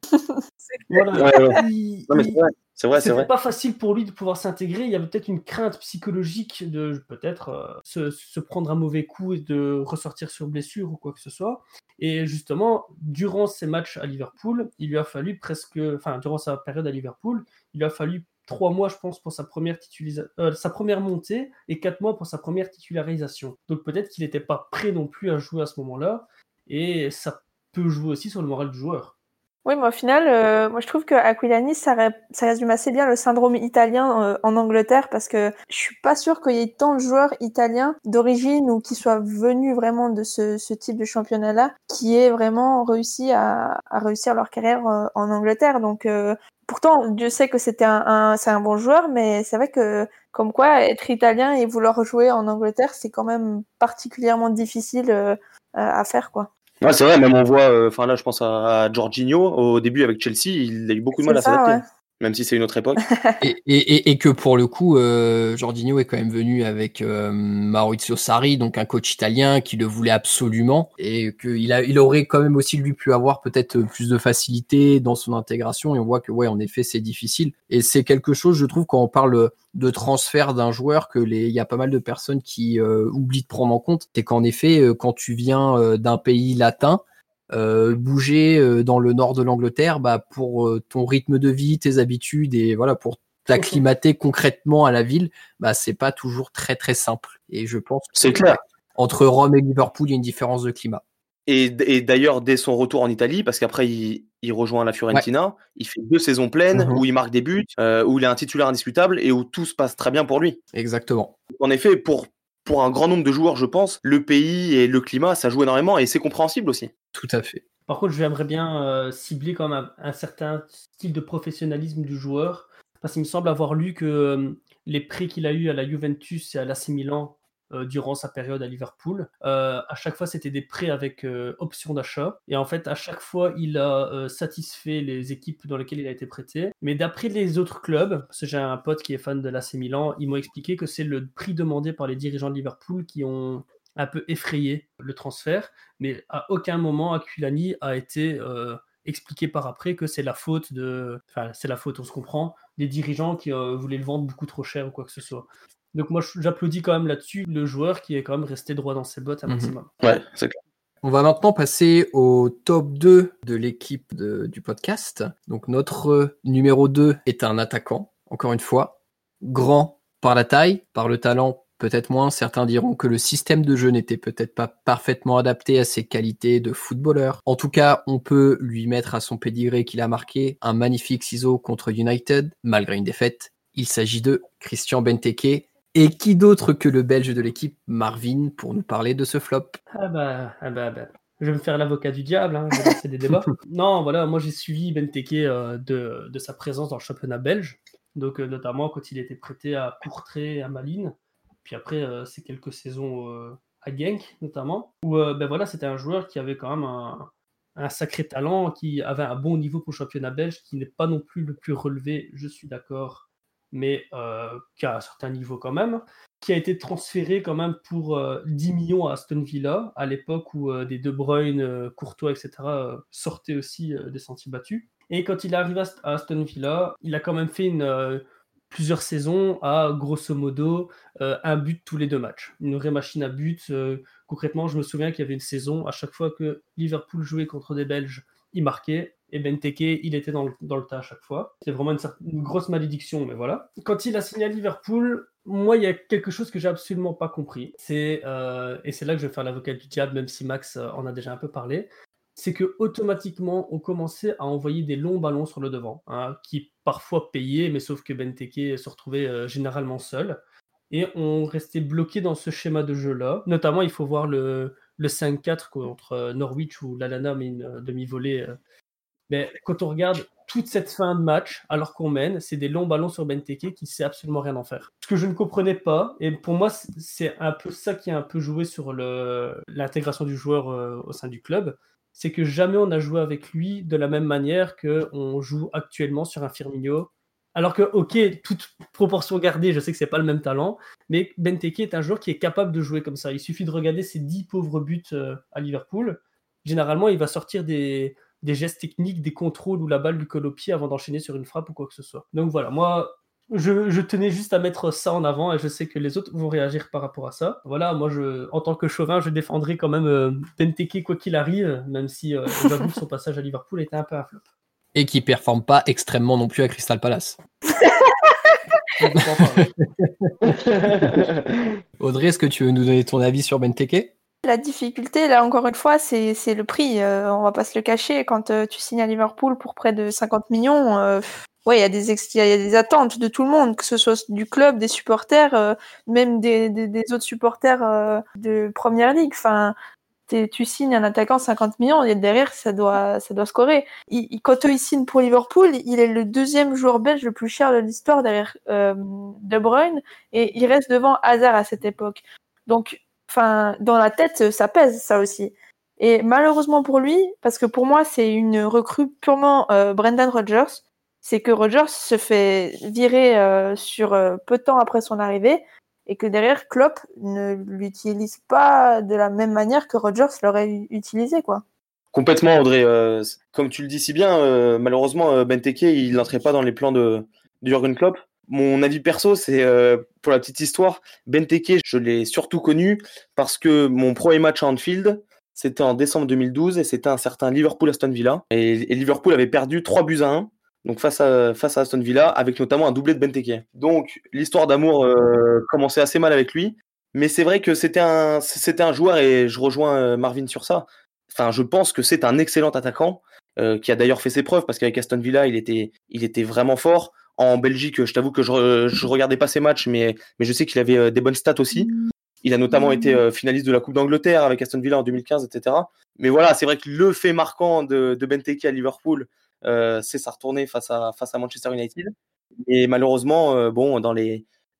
Voilà. Ouais, ouais. Il, non, mais c'est vrai, c'est vrai, c'est c'était vrai. pas facile pour lui de pouvoir s'intégrer. Il y avait peut-être une crainte psychologique de peut-être euh, se, se prendre un mauvais coup et de ressortir sur blessure ou quoi que ce soit. Et justement, durant ses matchs à Liverpool, il lui a fallu presque, enfin, durant sa période à Liverpool, il lui a fallu trois mois, je pense, pour sa première, titulisa- euh, sa première montée et quatre mois pour sa première titularisation. Donc peut-être qu'il n'était pas prêt non plus à jouer à ce moment-là, et ça peut jouer aussi sur le moral du joueur. Oui, mais au final, euh, moi je trouve que Aquilani, ça, ré- ça résume assez bien le syndrome italien euh, en Angleterre, parce que je suis pas sûre qu'il y ait tant de joueurs italiens d'origine ou qui soient venus vraiment de ce, ce type de championnat-là, qui aient vraiment réussi à, à réussir leur carrière euh, en Angleterre. Donc euh, pourtant, Dieu sait que c'était un, un, c'est un bon joueur, mais c'est vrai que comme quoi être italien et vouloir jouer en Angleterre, c'est quand même particulièrement difficile euh, à faire, quoi. Ouais, c'est vrai, même on voit, enfin euh, là je pense à, à Jorginho, au début avec Chelsea, il a eu beaucoup de mal c'est à ça, s'adapter, ouais. Même si c'est une autre époque. et, et, et que pour le coup, euh, Jorginho est quand même venu avec euh, Maurizio Sarri, donc un coach italien qui le voulait absolument, et qu'il a, il aurait quand même aussi lui pu avoir peut-être plus de facilité dans son intégration, et on voit que ouais, en effet, c'est difficile. Et c'est quelque chose, je trouve, quand on parle de transfert d'un joueur, que les, il y a pas mal de personnes qui euh, oublient de prendre en compte, c'est qu'en effet, euh, quand tu viens euh, d'un pays latin, Euh, bouger euh, dans le nord de l'Angleterre, bah, pour euh, ton rythme de vie, tes habitudes et voilà, pour t'acclimater concrètement à la ville, bah, c'est pas toujours très très simple. Et je pense que c'est clair. Entre Rome et Liverpool, il y a une différence de climat. Et, et d'ailleurs, dès son retour en Italie, parce qu'après il, il rejoint la Fiorentina, ouais. Il fait deux saisons pleines mmh. où il marque des buts, euh, où il est un titulaire indiscutable et où tout se passe très bien pour lui. Exactement. En effet, pour Pour un grand nombre de joueurs, je pense, le pays et le climat, ça joue énormément et c'est compréhensible aussi. Tout à fait. Par contre, j'aimerais bien euh, cibler quand même un, un certain style de professionnalisme du joueur, parce qu'il me semble avoir lu que euh, les prêts qu'il a eu à la Juventus et à l'A C Milan euh, durant sa période à Liverpool. Euh, à chaque fois, c'était des prêts avec euh, option d'achat. Et en fait, à chaque fois, il a euh, satisfait les équipes dans lesquelles il a été prêté. Mais d'après les autres clubs, parce que j'ai un pote qui est fan de l'A C Milan, ils m'ont expliqué que c'est le prix demandé par les dirigeants de Liverpool qui ont un peu effrayé le transfert. Mais à aucun moment, Aquilani a été... Euh, expliqué par après que c'est la faute de, enfin c'est la faute, on se comprend, des dirigeants qui euh, voulaient le vendre beaucoup trop cher ou quoi que ce soit. Donc moi j'applaudis quand même là-dessus le joueur qui est quand même resté droit dans ses bottes un mmh. maximum. Ouais, c'est clair. On va maintenant passer au top deux de l'équipe de, du podcast. Donc notre numéro deux est un attaquant, encore une fois, grand par la taille, par le talent, peut-être moins. Certains diront que le système de jeu n'était peut-être pas parfaitement adapté à ses qualités de footballeur. En tout cas, on peut lui mettre à son pédigré qu'il a marqué un magnifique ciseau contre United, malgré une défaite. Il s'agit de Christian Benteke. Et qui d'autre que le Belge de l'équipe, Marvin, pour nous parler de ce flop? Ah bah, ah bah, bah. Je vais me faire l'avocat du diable, hein, je vais lancer des débats. Non, voilà, moi j'ai suivi Benteke euh, de, de sa présence dans le championnat belge, donc euh, notamment quand il était prêté à Courtrai et à Malines. Puis après, euh, c'est quelques saisons euh, à Genk, notamment, où euh, ben voilà, c'était un joueur qui avait quand même un, un sacré talent, qui avait un bon niveau pour le championnat belge, qui n'est pas non plus le plus relevé, je suis d'accord, mais euh, qui a un certain niveau quand même, qui a été transféré quand même pour euh, dix millions à Aston Villa, à l'époque où euh, des De Bruyne, euh, Courtois, et cetera euh, sortaient aussi euh, des sentiers battus. Et quand il est arrivé à Aston Villa, il a quand même fait une... Euh, plusieurs saisons à, grosso modo, euh, un but tous les deux matchs. Une vraie machine à but. Euh, concrètement, je me souviens qu'il y avait une saison, à chaque fois que Liverpool jouait contre des Belges, il marquait, et Benteke, il était dans le, dans le tas à chaque fois. C'est vraiment une, une grosse malédiction, mais voilà. Quand il a signé à Liverpool, moi, il y a quelque chose que j'ai absolument pas compris. C'est, euh, et c'est là que je vais faire l'avocat du diable, même si Max en a déjà un peu parlé. C'est que automatiquement on commençait à envoyer des longs ballons sur le devant, hein, qui parfois payaient, mais sauf que Benteke se retrouvait euh, généralement seul. Et on restait bloqué dans ce schéma de jeu-là. Notamment, il faut voir le, le cinq quatre contre Norwich où Lallana met une euh, demi-volée. Euh. Mais quand on regarde toute cette fin de match, alors qu'on mène, c'est des longs ballons sur Benteke qui ne sait absolument rien en faire. Ce que je ne comprenais pas, et pour moi, c'est un peu ça qui a un peu joué sur le, l'intégration du joueur euh, au sein du club, c'est que jamais on a joué avec lui de la même manière qu'on joue actuellement sur un Firmino. Alors que, ok, toute proportion gardée, je sais que c'est pas le même talent, mais Benteke est un joueur qui est capable de jouer comme ça. Il suffit de regarder ses dix pauvres buts euh, à Liverpool. Généralement, il va sortir des, des gestes techniques, des contrôles où la balle lui colle au pied avant d'enchaîner sur une frappe ou quoi que ce soit. Donc voilà, moi, je, je tenais juste à mettre ça en avant et je sais que les autres vont réagir par rapport à ça. Voilà, moi, je, en tant que chauvin, je défendrai quand même euh, Benteke quoi qu'il arrive, même si euh, j'avoue que son passage à Liverpool était un peu un flop. Et qui performe pas extrêmement non plus à Crystal Palace. Audrey, est-ce que tu veux nous donner ton avis sur Benteke ? La difficulté, là, encore une fois, c'est, c'est le prix. Euh, on va pas se le cacher. Quand euh, tu signes à Liverpool pour près de cinquante millions, euh, ouais, il y a des ex- y a des attentes de tout le monde, que ce soit du club, des supporters, euh, même des, des, des autres supporters euh, de Première Ligue. Enfin, tu signes un attaquant cinquante millions, et derrière, ça doit, ça doit scorer. Il, il, quand il signe pour Liverpool, il est le deuxième joueur belge le plus cher de l'histoire derrière euh, De Bruyne, et il reste devant Hazard à cette époque. Donc, enfin, dans la tête, ça pèse, ça aussi. Et malheureusement pour lui, parce que pour moi, c'est une recrue purement euh, Brendan Rodgers, c'est que Rodgers se fait virer euh, sur euh, peu de temps après son arrivée, et que derrière, Klopp ne l'utilise pas de la même manière que Rodgers l'aurait utilisé, quoi. Complètement, Audrey. Euh, comme tu le dis si bien, euh, malheureusement, euh, Benteke, il n'entrait pas dans les plans de, de Jürgen Klopp. Mon avis perso, c'est, euh, pour la petite histoire, Benteke, je l'ai surtout connu parce que mon premier match à Anfield, c'était en décembre deux mille douze et c'était un certain Liverpool-Aston Villa. Et, et Liverpool avait perdu trois buts à un. Donc face à, face à Aston Villa, avec notamment un doublé de Benteke. Donc l'histoire d'amour euh, commençait assez mal avec lui, mais c'est vrai que c'était un, c'était un joueur, et je rejoins euh, Marvin sur ça. Enfin, je pense que c'est un excellent attaquant, euh, qui a d'ailleurs fait ses preuves, parce qu'avec Aston Villa, il était, il était vraiment fort. En Belgique, je t'avoue que je, je regardais pas ses matchs, mais, mais je sais qu'il avait euh, des bonnes stats aussi. Il a notamment été euh, finaliste de la Coupe d'Angleterre avec Aston Villa en deux mille quinze, et cetera. Mais voilà, c'est vrai que le fait marquant de, de Benteke à Liverpool, Euh, c'est sa retournée face à, face à Manchester United. Et malheureusement, euh, bon, dans les,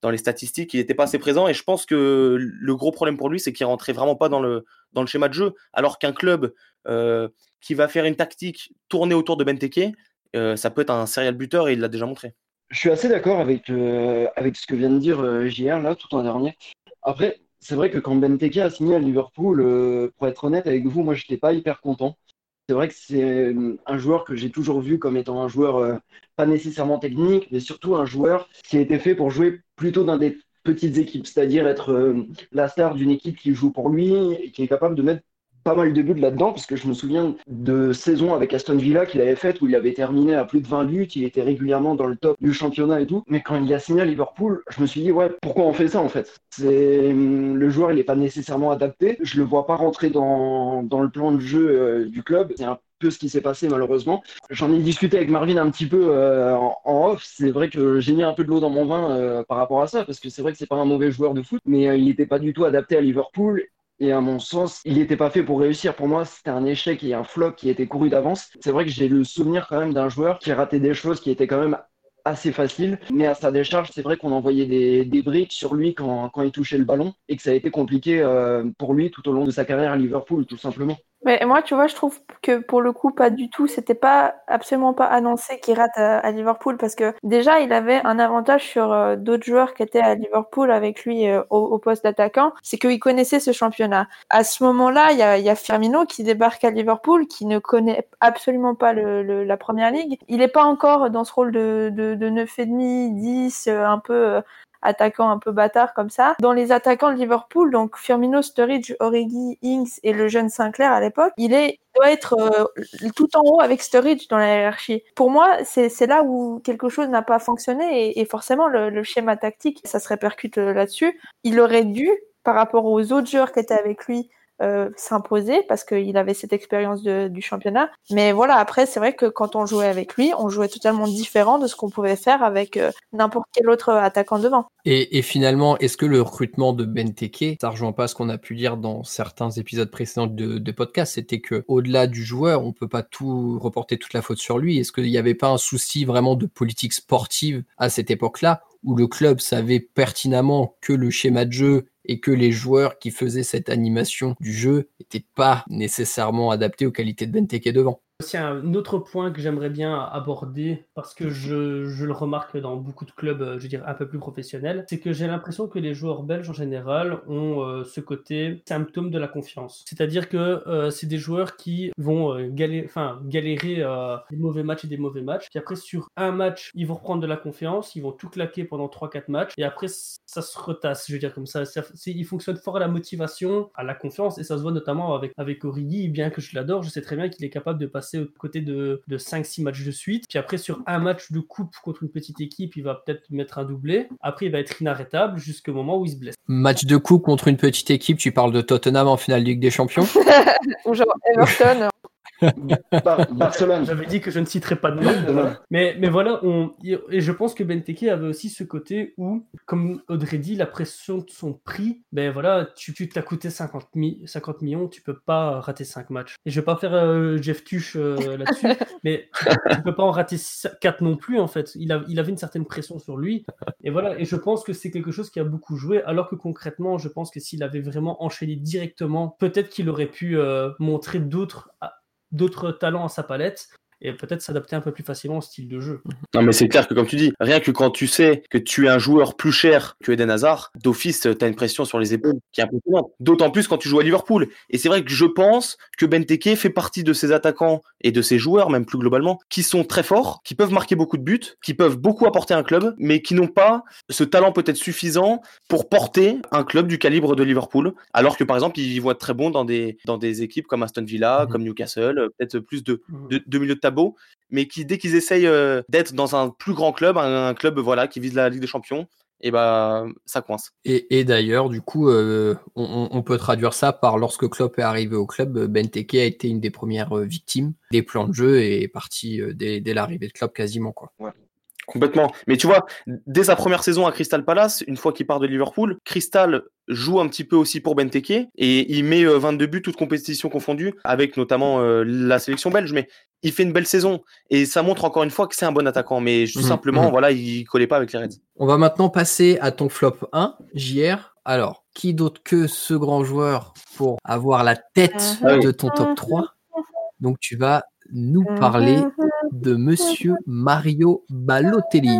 dans les statistiques, il n'était pas assez présent. Et je pense que le gros problème pour lui, c'est qu'il rentrait vraiment pas dans le, dans le schéma de jeu. Alors qu'un club euh, qui va faire une tactique tournée autour de Benteke, euh, ça peut être un serial buteur et il l'a déjà montré. Je suis assez d'accord avec, euh, avec ce que vient de dire euh, J R là, tout en dernier. Après, c'est vrai que quand Benteke a signé à Liverpool, euh, pour être honnête avec vous, moi, je n'étais pas hyper content. C'est vrai que c'est un joueur que j'ai toujours vu comme étant un joueur euh, pas nécessairement technique, mais surtout un joueur qui a été fait pour jouer plutôt dans des petites équipes, c'est-à-dire être euh, la star d'une équipe qui joue pour lui et qui est capable de mettre pas mal de buts là-dedans, parce que je me souviens de saisons avec Aston Villa qu'il avait faites où il avait terminé à plus de vingt buts, il était régulièrement dans le top du championnat et tout. Mais quand il a signé à Liverpool, je me suis dit, ouais, pourquoi on fait ça en fait? C'est le joueur, il n'est pas nécessairement adapté. Je le vois pas rentrer dans, dans le plan de jeu euh, du club. C'est un peu ce qui s'est passé malheureusement. J'en ai discuté avec Marvin un petit peu euh, en, en off. C'est vrai que j'ai mis un peu de l'eau dans mon vin euh, par rapport à ça, parce que c'est vrai que c'est pas un mauvais joueur de foot, mais euh, il n'était pas du tout adapté à Liverpool. Et à mon sens, il n'était pas fait pour réussir. Pour moi, c'était un échec et un flop qui était couru d'avance. C'est vrai que j'ai le souvenir quand même d'un joueur qui ratait des choses qui étaient quand même assez faciles. Mais à sa décharge, c'est vrai qu'on envoyait des, des briques sur lui quand, quand il touchait le ballon et que ça a été compliqué euh, pour lui tout au long de sa carrière à Liverpool, tout simplement. Mais moi, tu vois, je trouve que pour le coup, pas du tout. C'était pas absolument pas annoncé qu'il rate à, à Liverpool parce que déjà, il avait un avantage sur euh, d'autres joueurs qui étaient à Liverpool avec lui euh, au, au poste d'attaquant, c'est qu'il connaissait ce championnat. À ce moment-là, il y a, y a Firmino qui débarque à Liverpool, qui ne connaît absolument pas le, le, la Première Ligue. Il est pas encore dans ce rôle de, de, de neuf et demi, dix, euh, un peu... Euh, attaquant un peu bâtard comme ça. Dans les attaquants de Liverpool, donc Firmino, Sturridge, Origi, Ings et le jeune Sinclair à l'époque, il est il doit être euh, tout en haut avec Sturridge dans la hiérarchie. Pour moi, c'est, c'est là où quelque chose n'a pas fonctionné et, et forcément le, le schéma tactique, ça se répercute euh, là-dessus. Il aurait dû, par rapport aux autres joueurs qui étaient avec lui, Euh, s'imposer parce qu'il avait cette expérience de, du championnat. Mais voilà, après, c'est vrai que quand on jouait avec lui, on jouait totalement différent de ce qu'on pouvait faire avec euh, n'importe quel autre attaquant devant. Et, et finalement, est-ce que le recrutement de Benteke, ça rejoint pas ce qu'on a pu dire dans certains épisodes précédents de, de podcast, c'était que au-delà du joueur, on peut pas tout reporter toute la faute sur lui. Est-ce qu'il n'y avait pas un souci vraiment de politique sportive à cette époque-là, où le club savait pertinemment que le schéma de jeu et que les joueurs qui faisaient cette animation du jeu n'étaient pas nécessairement adaptés aux qualités de Benteke devant? C'est un autre point que j'aimerais bien aborder parce que je, je le remarque dans beaucoup de clubs, je veux dire, un peu plus professionnels, c'est que j'ai l'impression que les joueurs belges en général ont euh, ce côté symptôme de la confiance. C'est-à-dire que euh, c'est des joueurs qui vont euh, galérer, enfin, galérer euh, des mauvais matchs et des mauvais matchs, puis après sur un match, ils vont reprendre de la confiance, ils vont tout claquer pendant trois quatre matchs, et après ça se retasse, je veux dire comme ça. ça c'est, ils fonctionnent fort à la motivation, à la confiance, et ça se voit notamment avec, avec Origi, bien que je l'adore, je sais très bien qu'il est capable de passer aux côtés de, de cinq six matchs de suite. Puis après, sur un match de coupe contre une petite équipe, il va peut-être mettre un doublé. Après, il va être inarrêtable jusqu'au moment où il se blesse. Match de coupe contre une petite équipe, tu parles de Tottenham en finale de Ligue des Champions? Ou genre Everton. Bar- Barcelone. J'avais dit que je ne citerais pas de nom. Voilà. Mais, mais voilà, on, et je pense que Benteke avait aussi ce côté où, comme Audrey dit, la pression de son prix, ben voilà, tu, tu t'as coûté cinquante millions, tu peux pas rater cinq matchs. Et je vais pas faire euh, Jeff Tuch euh, là-dessus, mais tu, tu peux pas en rater quatre non plus, en fait. Il, a, il avait une certaine pression sur lui. Et voilà, et je pense que c'est quelque chose qui a beaucoup joué, alors que concrètement, je pense que s'il avait vraiment enchaîné directement, peut-être qu'il aurait pu euh, montrer d'autres... d'autres talents à sa palette et peut-être s'adapter un peu plus facilement au style de jeu. Non mais c'est clair que comme tu dis, rien que quand tu sais que tu es un joueur plus cher que Eden Hazard, d'office t'as une pression sur les épaules qui est impressionnante. D'autant plus quand tu joues à Liverpool. Et c'est vrai que je pense que Benteke fait partie de ces attaquants et de ces joueurs, même plus globalement, qui sont très forts, qui peuvent marquer beaucoup de buts, qui peuvent beaucoup apporter à un club, mais qui n'ont pas ce talent peut-être suffisant pour porter un club du calibre de Liverpool. Alors que par exemple, ils vont être très bons dans des, dans des équipes comme Aston Villa, mmh. comme Newcastle, peut-être plus de, de, de milieu de tableau, mais qui dès qu'ils essayent euh, d'être dans un plus grand club, un, un club voilà qui vise la Ligue des Champions, et bah ça coince. Et, et d'ailleurs, du coup, euh, on, on peut traduire ça par lorsque Klopp est arrivé au club, Benteke a été une des premières victimes des plans de jeu et est parti dès, dès l'arrivée de Klopp quasiment quoi. Ouais. Complètement. Mais tu vois, dès sa première saison à Crystal Palace, une fois qu'il part de Liverpool, Crystal joue un petit peu aussi pour Benteke et il met euh, vingt-deux buts, toutes compétitions confondues, avec notamment euh, la sélection belge. Mais il fait une belle saison et ça montre encore une fois que c'est un bon attaquant. Mais tout mmh, simplement, mmh. voilà, il collait pas avec les Reds. On va maintenant passer à ton flop un, J R. Alors, qui d'autre que ce grand joueur pour avoir la tête ah, de ton top trois? Donc, tu vas nous parler de monsieur Mario Balotelli.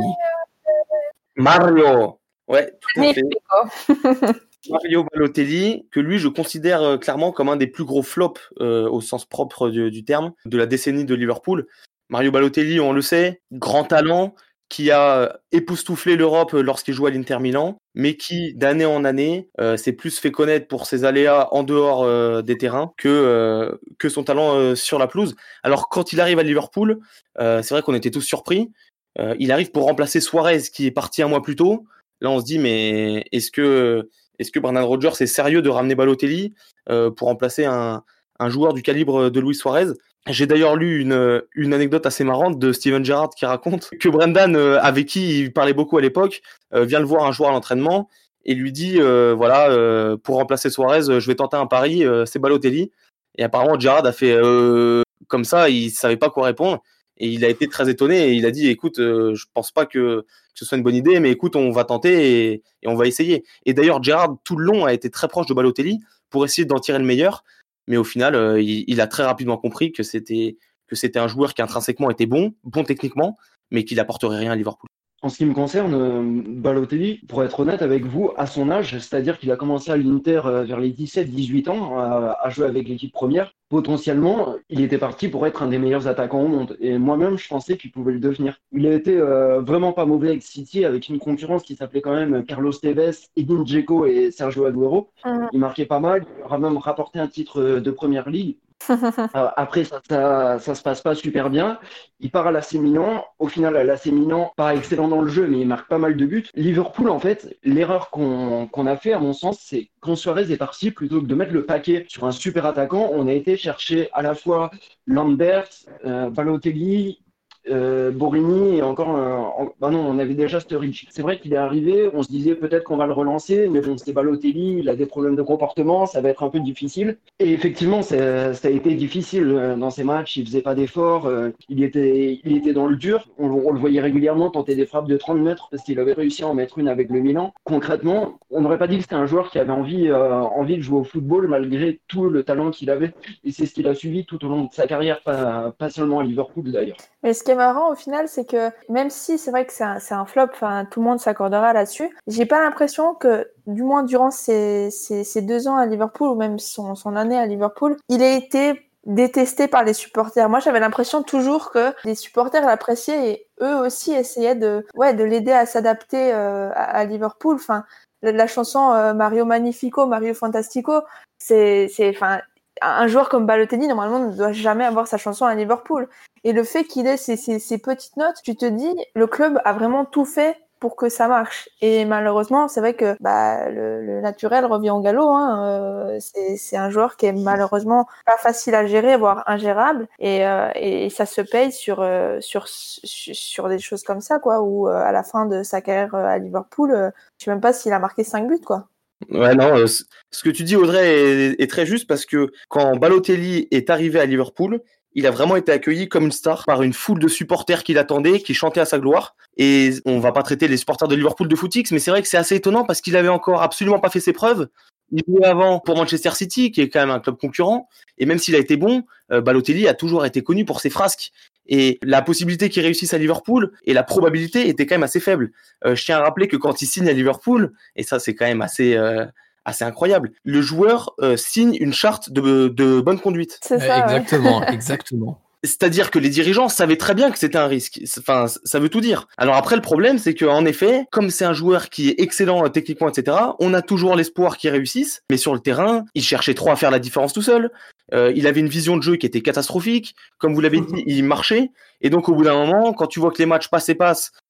Mario, ouais, tout à fait. Mario Balotelli, que lui, je considère euh, clairement comme un des plus gros flops euh, au sens propre du, du terme, de la décennie de Liverpool. Mario Balotelli, on le sait, grand talent, qui a époustouflé l'Europe lorsqu'il jouait à l'Inter Milan, mais qui, d'année en année, euh, s'est plus fait connaître pour ses aléas en dehors euh, des terrains que, euh, que son talent euh, sur la pelouse. Alors, quand il arrive à Liverpool, euh, c'est vrai qu'on était tous surpris. Euh, il arrive pour remplacer Suarez, qui est parti un mois plus tôt. Là, on se dit, mais est-ce que, est-ce que Brendan Rodgers est sérieux de ramener Balotelli euh, pour remplacer un, un joueur du calibre de Luis Suarez? J'ai d'ailleurs lu une, une anecdote assez marrante de Steven Gerrard qui raconte que Brendan, euh, avec qui il parlait beaucoup à l'époque, euh, vient le voir un jour à l'entraînement et lui dit euh, voilà, euh, pour remplacer Suarez, euh, je vais tenter un pari, euh, c'est Balotelli. Et apparemment, Gerrard a fait euh, comme ça, il savait pas quoi répondre et il a été très étonné et il a dit écoute, euh, je pense pas que, que ce soit une bonne idée, mais écoute, on va tenter et, et on va essayer. Et d'ailleurs, Gerrard, tout le long, a été très proche de Balotelli pour essayer d'en tirer le meilleur. Mais au final, euh, il, il a très rapidement compris que c'était, que c'était un joueur qui intrinsèquement était bon, bon techniquement, mais qui n'apporterait rien à Liverpool. En ce qui me concerne, Balotelli, pour être honnête avec vous, à son âge, c'est-à-dire qu'il a commencé à l'Inter vers les dix-sept dix-huit ans à, à jouer avec l'équipe première, potentiellement, il était parti pour être un des meilleurs attaquants au monde. Et moi-même, je pensais qu'il pouvait le devenir. Il a été euh, vraiment pas mauvais avec City, avec une concurrence qui s'appelait quand même Carlos Tevez, Edin Dzeko et Sergio Aguero. Mmh. Il marquait pas mal, il aura même rapporté un titre de Première Ligue. Après, ça, ça, ça se passe pas super bien. Il part à l'A C Milan. Au final, à l'A C Milan, pas excellent dans le jeu, mais il marque pas mal de buts. Liverpool, en fait, l'erreur qu'on, qu'on a fait, à mon sens, c'est quand Suarez est parti, plutôt que de mettre le paquet sur un super attaquant, on a été chercher à la fois Lambert, euh, Balotelli, Euh, Borini et encore euh, en... bah non, on avait déjà Sturridge. C'est vrai qu'il est arrivé, on se disait peut-être qu'on va le relancer, mais bon, c'était Balotelli, il a des problèmes de comportement, ça va être un peu difficile. Et effectivement, ça, ça a été difficile dans ces matchs, il faisait pas d'efforts, euh, il était, il était dans le dur, on, on le voyait régulièrement tenter des frappes de trente mètres parce qu'il avait réussi à en mettre une avec le Milan. Concrètement, on n'aurait pas dit que c'était un joueur qui avait envie, euh, envie de jouer au football malgré tout le talent qu'il avait, et c'est ce qu'il a suivi tout au long de sa carrière, pas, pas seulement à Liverpool d'ailleurs. Mais ce qui est marrant au final, c'est que même si c'est vrai que c'est un, c'est un flop, enfin tout le monde s'accordera là-dessus, j'ai pas l'impression que, du moins durant ces, ces, ces deux ans à Liverpool ou même son, son année à Liverpool, il a été détesté par les supporters. Moi, j'avais l'impression toujours que les supporters l'appréciaient et eux aussi essayaient de, ouais, de l'aider à s'adapter euh, à, à Liverpool. Enfin, la, la chanson euh, Mario Magnifico, Mario Fantastico, c'est, c'est, enfin. Un joueur comme Balotelli, normalement, ne doit jamais avoir sa chanson à Liverpool. Et le fait qu'il ait ces, ces, ces petites notes, tu te dis, le club a vraiment tout fait pour que ça marche. Et malheureusement, c'est vrai que bah, le, le naturel revient au galop. Hein. Euh, c'est, c'est un joueur qui est malheureusement pas facile à gérer, voire ingérable. Et, euh, et ça se paye sur, euh, sur, sur des choses comme ça, quoi. Où euh, à la fin de sa carrière à Liverpool, euh, je sais même pas s'il a marqué cinq buts, quoi. Ouais, non, euh, ce que tu dis, Audrey, est, est très juste parce que quand Balotelli est arrivé à Liverpool, il a vraiment été accueilli comme une star par une foule de supporters qui l'attendaient, qui chantaient à sa gloire. Et on va pas traiter les supporters de Liverpool de footix, mais c'est vrai que c'est assez étonnant parce qu'il avait encore absolument pas fait ses preuves. Il jouait avant pour Manchester City, qui est quand même un club concurrent. Et même s'il a été bon, euh, Balotelli a toujours été connu pour ses frasques. Et la possibilité qu'il réussisse à Liverpool et la probabilité était quand même assez faible. Euh, je tiens à rappeler que quand il signe à Liverpool, et ça c'est quand même assez, euh, assez incroyable, le joueur euh, signe une charte de, de bonne conduite. C'est ça, exactement, ouais. exactement. C'est-à-dire que les dirigeants savaient très bien que c'était un risque. Enfin, ça veut tout dire. Alors après, le problème, c'est que en effet, comme c'est un joueur qui est excellent techniquement, et cetera, on a toujours l'espoir qu'il réussisse. Mais sur le terrain, il cherchait trop à faire la différence tout seul. Euh, il avait une vision de jeu qui était catastrophique. Comme vous l'avez dit, il marchait. Et donc, au bout d'un moment, quand tu vois que les matchs passent et passent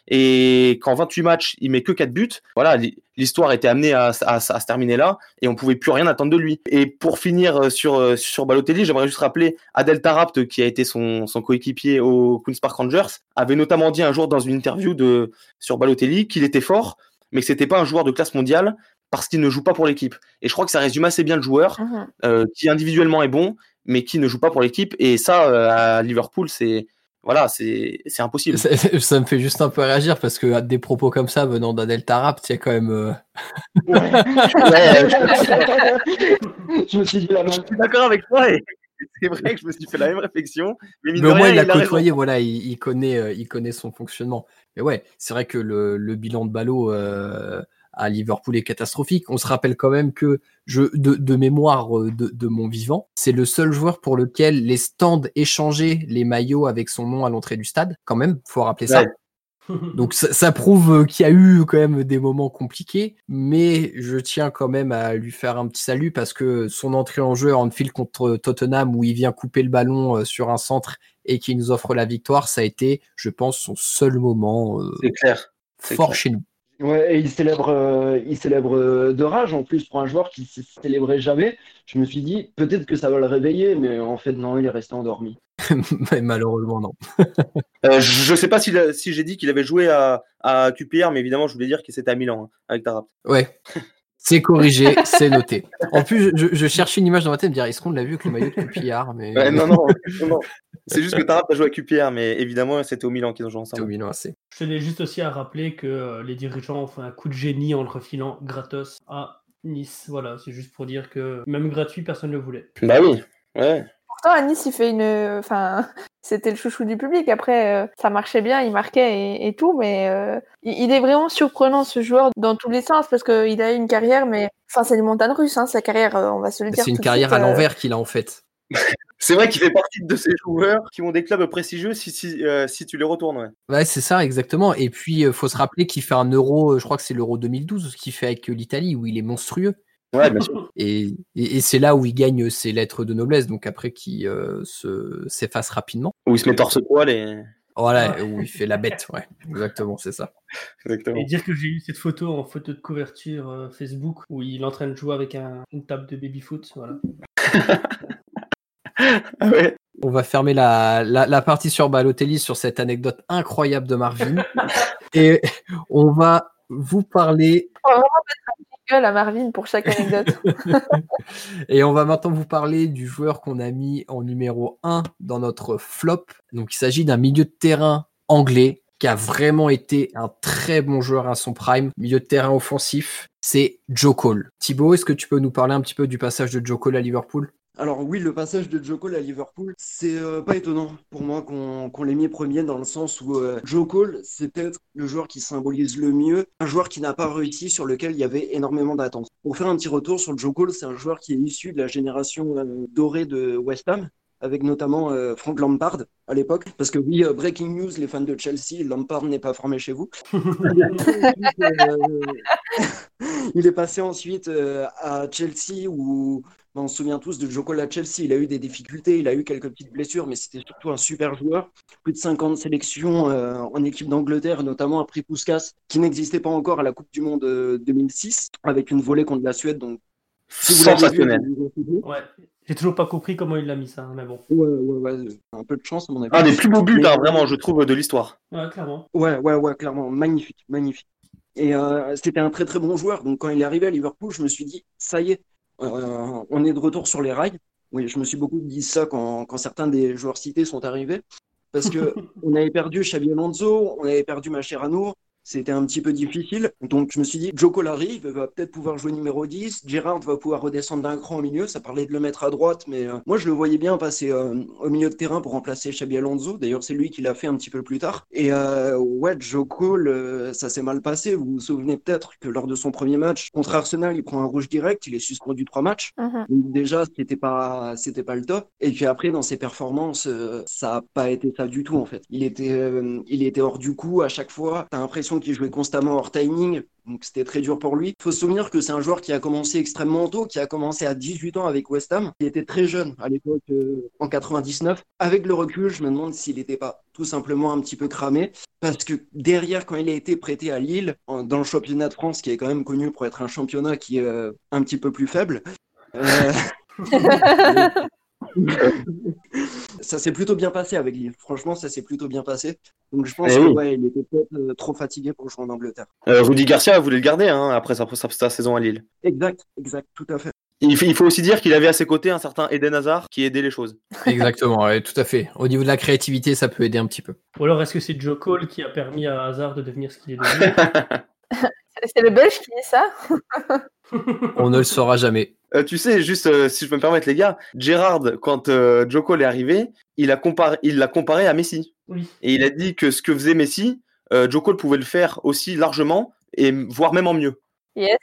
et qu'en vingt-huit matchs, il met que quatre buts. Voilà, l'histoire était amenée à, à, à se terminer là et on pouvait plus rien attendre de lui. Et pour finir sur, sur Balotelli, j'aimerais juste rappeler Adel Tarabt, qui a été son, son coéquipier au Queen's Park Rangers, avait notamment dit un jour dans une interview de, sur Balotelli qu'il était fort, mais que c'était pas un joueur de classe mondiale parce qu'il ne joue pas pour l'équipe. Et je crois que ça résume assez bien le joueur, mmh. euh, qui individuellement est bon, mais qui ne joue pas pour l'équipe. Et ça, euh, à Liverpool, c'est voilà, c'est c'est impossible. Ça, ça me fait juste un peu réagir parce que des propos comme ça venant d'Adel Tarabt, c'est quand même. Euh... Ouais. ouais je me suis dit la même. Je suis d'accord avec toi. Et... C'est vrai que je me suis fait la même réflexion. Mais, mais au moins, il l'a côtoyé, voilà, il, il, connaît, euh, il connaît son fonctionnement. Mais ouais, c'est vrai que le, le bilan de Ballot euh, à Liverpool est catastrophique. On se rappelle quand même que, je, de, de mémoire de, de mon vivant, c'est le seul joueur pour lequel les stands échangeaient les maillots avec son nom à l'entrée du stade. Quand même, faut rappeler ça. Ouais. Donc ça, ça prouve qu'il y a eu quand même des moments compliqués, mais je tiens quand même à lui faire un petit salut parce que son entrée en jeu à Anfield contre Tottenham où il vient couper le ballon sur un centre et qui nous offre la victoire, ça a été, je pense, son seul moment euh, c'est clair. C'est fort clair. chez nous. Ouais, et il célèbre, euh, il célèbre euh, de rage en plus pour un joueur qui ne célébrait jamais. Je me suis dit, peut-être que ça va le réveiller, mais en fait, non, il est resté endormi. Malheureusement, non. euh, je ne sais pas si, la, si j'ai dit qu'il avait joué à, à Q P R, mais évidemment, je voulais dire qu'il c'était à Milan hein, avec Tarabt. Ouais. C'est corrigé, c'est noté. En plus, je, je cherchais une image dans ma tête, me dire, est-ce qu'on l'a vu avec le maillot de Q P R mais... ouais, non, non, non. C'est juste que Tarabt a joué à Q P R, mais évidemment, c'était au Milan qu'ils ont joué ensemble. C'était au Milan, c'est. Je tenais juste aussi à rappeler que euh, les dirigeants ont fait un coup de génie en le refilant gratos à Nice. Voilà, c'est juste pour dire que même gratuit, personne ne le voulait. Bah oui, ouais. Pourtant, à Nice, il fait une... Enfin, c'était le chouchou du public. Après, euh, ça marchait bien, il marquait et, et tout, mais euh, il est vraiment surprenant, ce joueur, dans tous les sens, parce qu'il a eu une carrière, mais... Enfin, c'est une montagne russe, hein, sa carrière, euh, on va se le dire. C'est une tout carrière de suite, à euh... l'envers qu'il a, en fait. C'est vrai qu'il fait partie de ces joueurs qui ont des clubs prestigieux si, si, euh, si tu les retournes. Ouais, ouais c'est ça, exactement. Et puis, il euh, faut se rappeler qu'il fait un euro, je crois que c'est l'euro deux mille douze, qu'il fait avec l'Italie, où il est monstrueux. Ouais, bien sûr. Et, et, et c'est là où il gagne ses lettres de noblesse, donc après qui euh, se, s'efface rapidement. Où il se met torse-poil et... Voilà, ouais. Où il fait la bête, ouais, exactement, c'est ça. Exactement. Et dire que j'ai eu cette photo en photo de couverture euh, Facebook, où il est en train de jouer avec un, une table de baby-foot, voilà. Ah ouais. On va fermer la, la, la partie sur Balotelli sur cette anecdote incroyable de Marvin. Et on va vous parler... On va vraiment mettre un gueule à Marvin pour chaque anecdote. Et on va maintenant vous parler du joueur qu'on a mis en numéro un dans notre flop. Donc il s'agit d'un milieu de terrain anglais qui a vraiment été un très bon joueur à son prime. Milieu de terrain offensif, c'est Joe Cole. Thibaut, est-ce que tu peux nous parler un petit peu du passage de Joe Cole à Liverpool ? Alors oui, le passage de Joe Cole à Liverpool, c'est euh, pas étonnant pour moi qu'on, qu'on l'ait mis premier dans le sens où euh, Joe Cole, c'est peut-être le joueur qui symbolise le mieux, un joueur qui n'a pas réussi, sur lequel il y avait énormément d'attentes. Pour faire un petit retour sur Joe Cole, c'est un joueur qui est issu de la génération euh, dorée de West Ham, avec notamment euh, Frank Lampard à l'époque, parce que oui, euh, breaking news, les fans de Chelsea, Lampard n'est pas formé chez vous. il, est ensuite, euh, il est passé ensuite euh, à Chelsea où... On se souvient tous de Joe Cole à Chelsea, il a eu des difficultés, il a eu quelques petites blessures, mais c'était surtout un super joueur. Plus de cinquante sélections euh, en équipe d'Angleterre, notamment après Puskas, qui n'existait pas encore à la Coupe du Monde euh, deux mille six, avec une volée contre la Suède. Donc, si vous l'avez vu, ouais. J'ai toujours pas compris comment il l'a mis ça, mais bon. Ouais, ouais, ouais, un peu de chance à mon avis. Un des plus beaux buts, mais... hein, vraiment, je trouve, de l'histoire. Ouais, clairement. Ouais, ouais, ouais, clairement, magnifique, magnifique. Et euh, c'était un très très bon joueur, donc quand il est arrivé à Liverpool, je me suis dit, ça y est, Euh, on est de retour sur les rails. Oui, je me suis beaucoup dit ça quand, quand certains des joueurs cités sont arrivés. Parce qu'on avait perdu Xabi Alonso, on avait perdu Mascherano. C'était un petit peu difficile. Donc, je me suis dit, Joe Cole arrive, va peut-être pouvoir jouer numéro dix. Gerrard va pouvoir redescendre d'un cran au milieu. Ça parlait de le mettre à droite, mais euh, moi, je le voyais bien passer euh, au milieu de terrain pour remplacer Xabi Alonso. D'ailleurs, c'est lui qui l'a fait un petit peu plus tard. Et euh, ouais, Joe Cole, euh, ça s'est mal passé. Vous vous souvenez peut-être que lors de son premier match contre Arsenal, il prend un rouge direct. Il est suspendu trois matchs. Uh-huh. Donc, déjà, c'était pas, c'était pas le top. Et puis après, dans ses performances, euh, ça n'a pas été ça du tout, en fait. Il était, euh, il était hors du coup à chaque fois. T'as l'impression l'impression qu'il jouait constamment hors timing, donc c'était très dur pour lui. Il faut se souvenir que c'est un joueur qui a commencé extrêmement tôt, qui a commencé à dix-huit ans avec West Ham, qui était très jeune à l'époque, euh, en quatre-vingt-dix-neuf. Avec le recul, je me demande s'il n'était pas tout simplement un petit peu cramé, parce que derrière, quand il a été prêté à Lille, en, dans le championnat de France, qui est quand même connu pour être un championnat qui est euh, un petit peu plus faible, euh... ça s'est plutôt bien passé avec Lille. Franchement, ça s'est plutôt bien passé. Donc je pense Eh que oui. ouais, il était peut-être euh, trop fatigué pour jouer en Angleterre. Euh, Rudy Garcia voulait le garder hein, après sa, sa, sa saison à Lille. Exact, exact, tout à fait. Il faut, il faut aussi dire qu'il avait à ses côtés un certain Eden Hazard qui aidait les choses. Exactement, ouais, tout à fait. Au niveau de la créativité, ça peut aider un petit peu. Ou alors est-ce que c'est Joe Cole qui a permis à Hazard de devenir ce qu'il est devenu? C'est le Belge qui dit ça. On ne le saura jamais. Euh, tu sais, juste euh, si je peux me permettre, les gars, Gerrard, quand euh, Joe Cole est arrivé, il a comparé, il l'a comparé à Messi. Oui. Et il a dit que ce que faisait Messi, euh, Joe Cole pouvait le faire aussi largement, et voire même en mieux. Yes.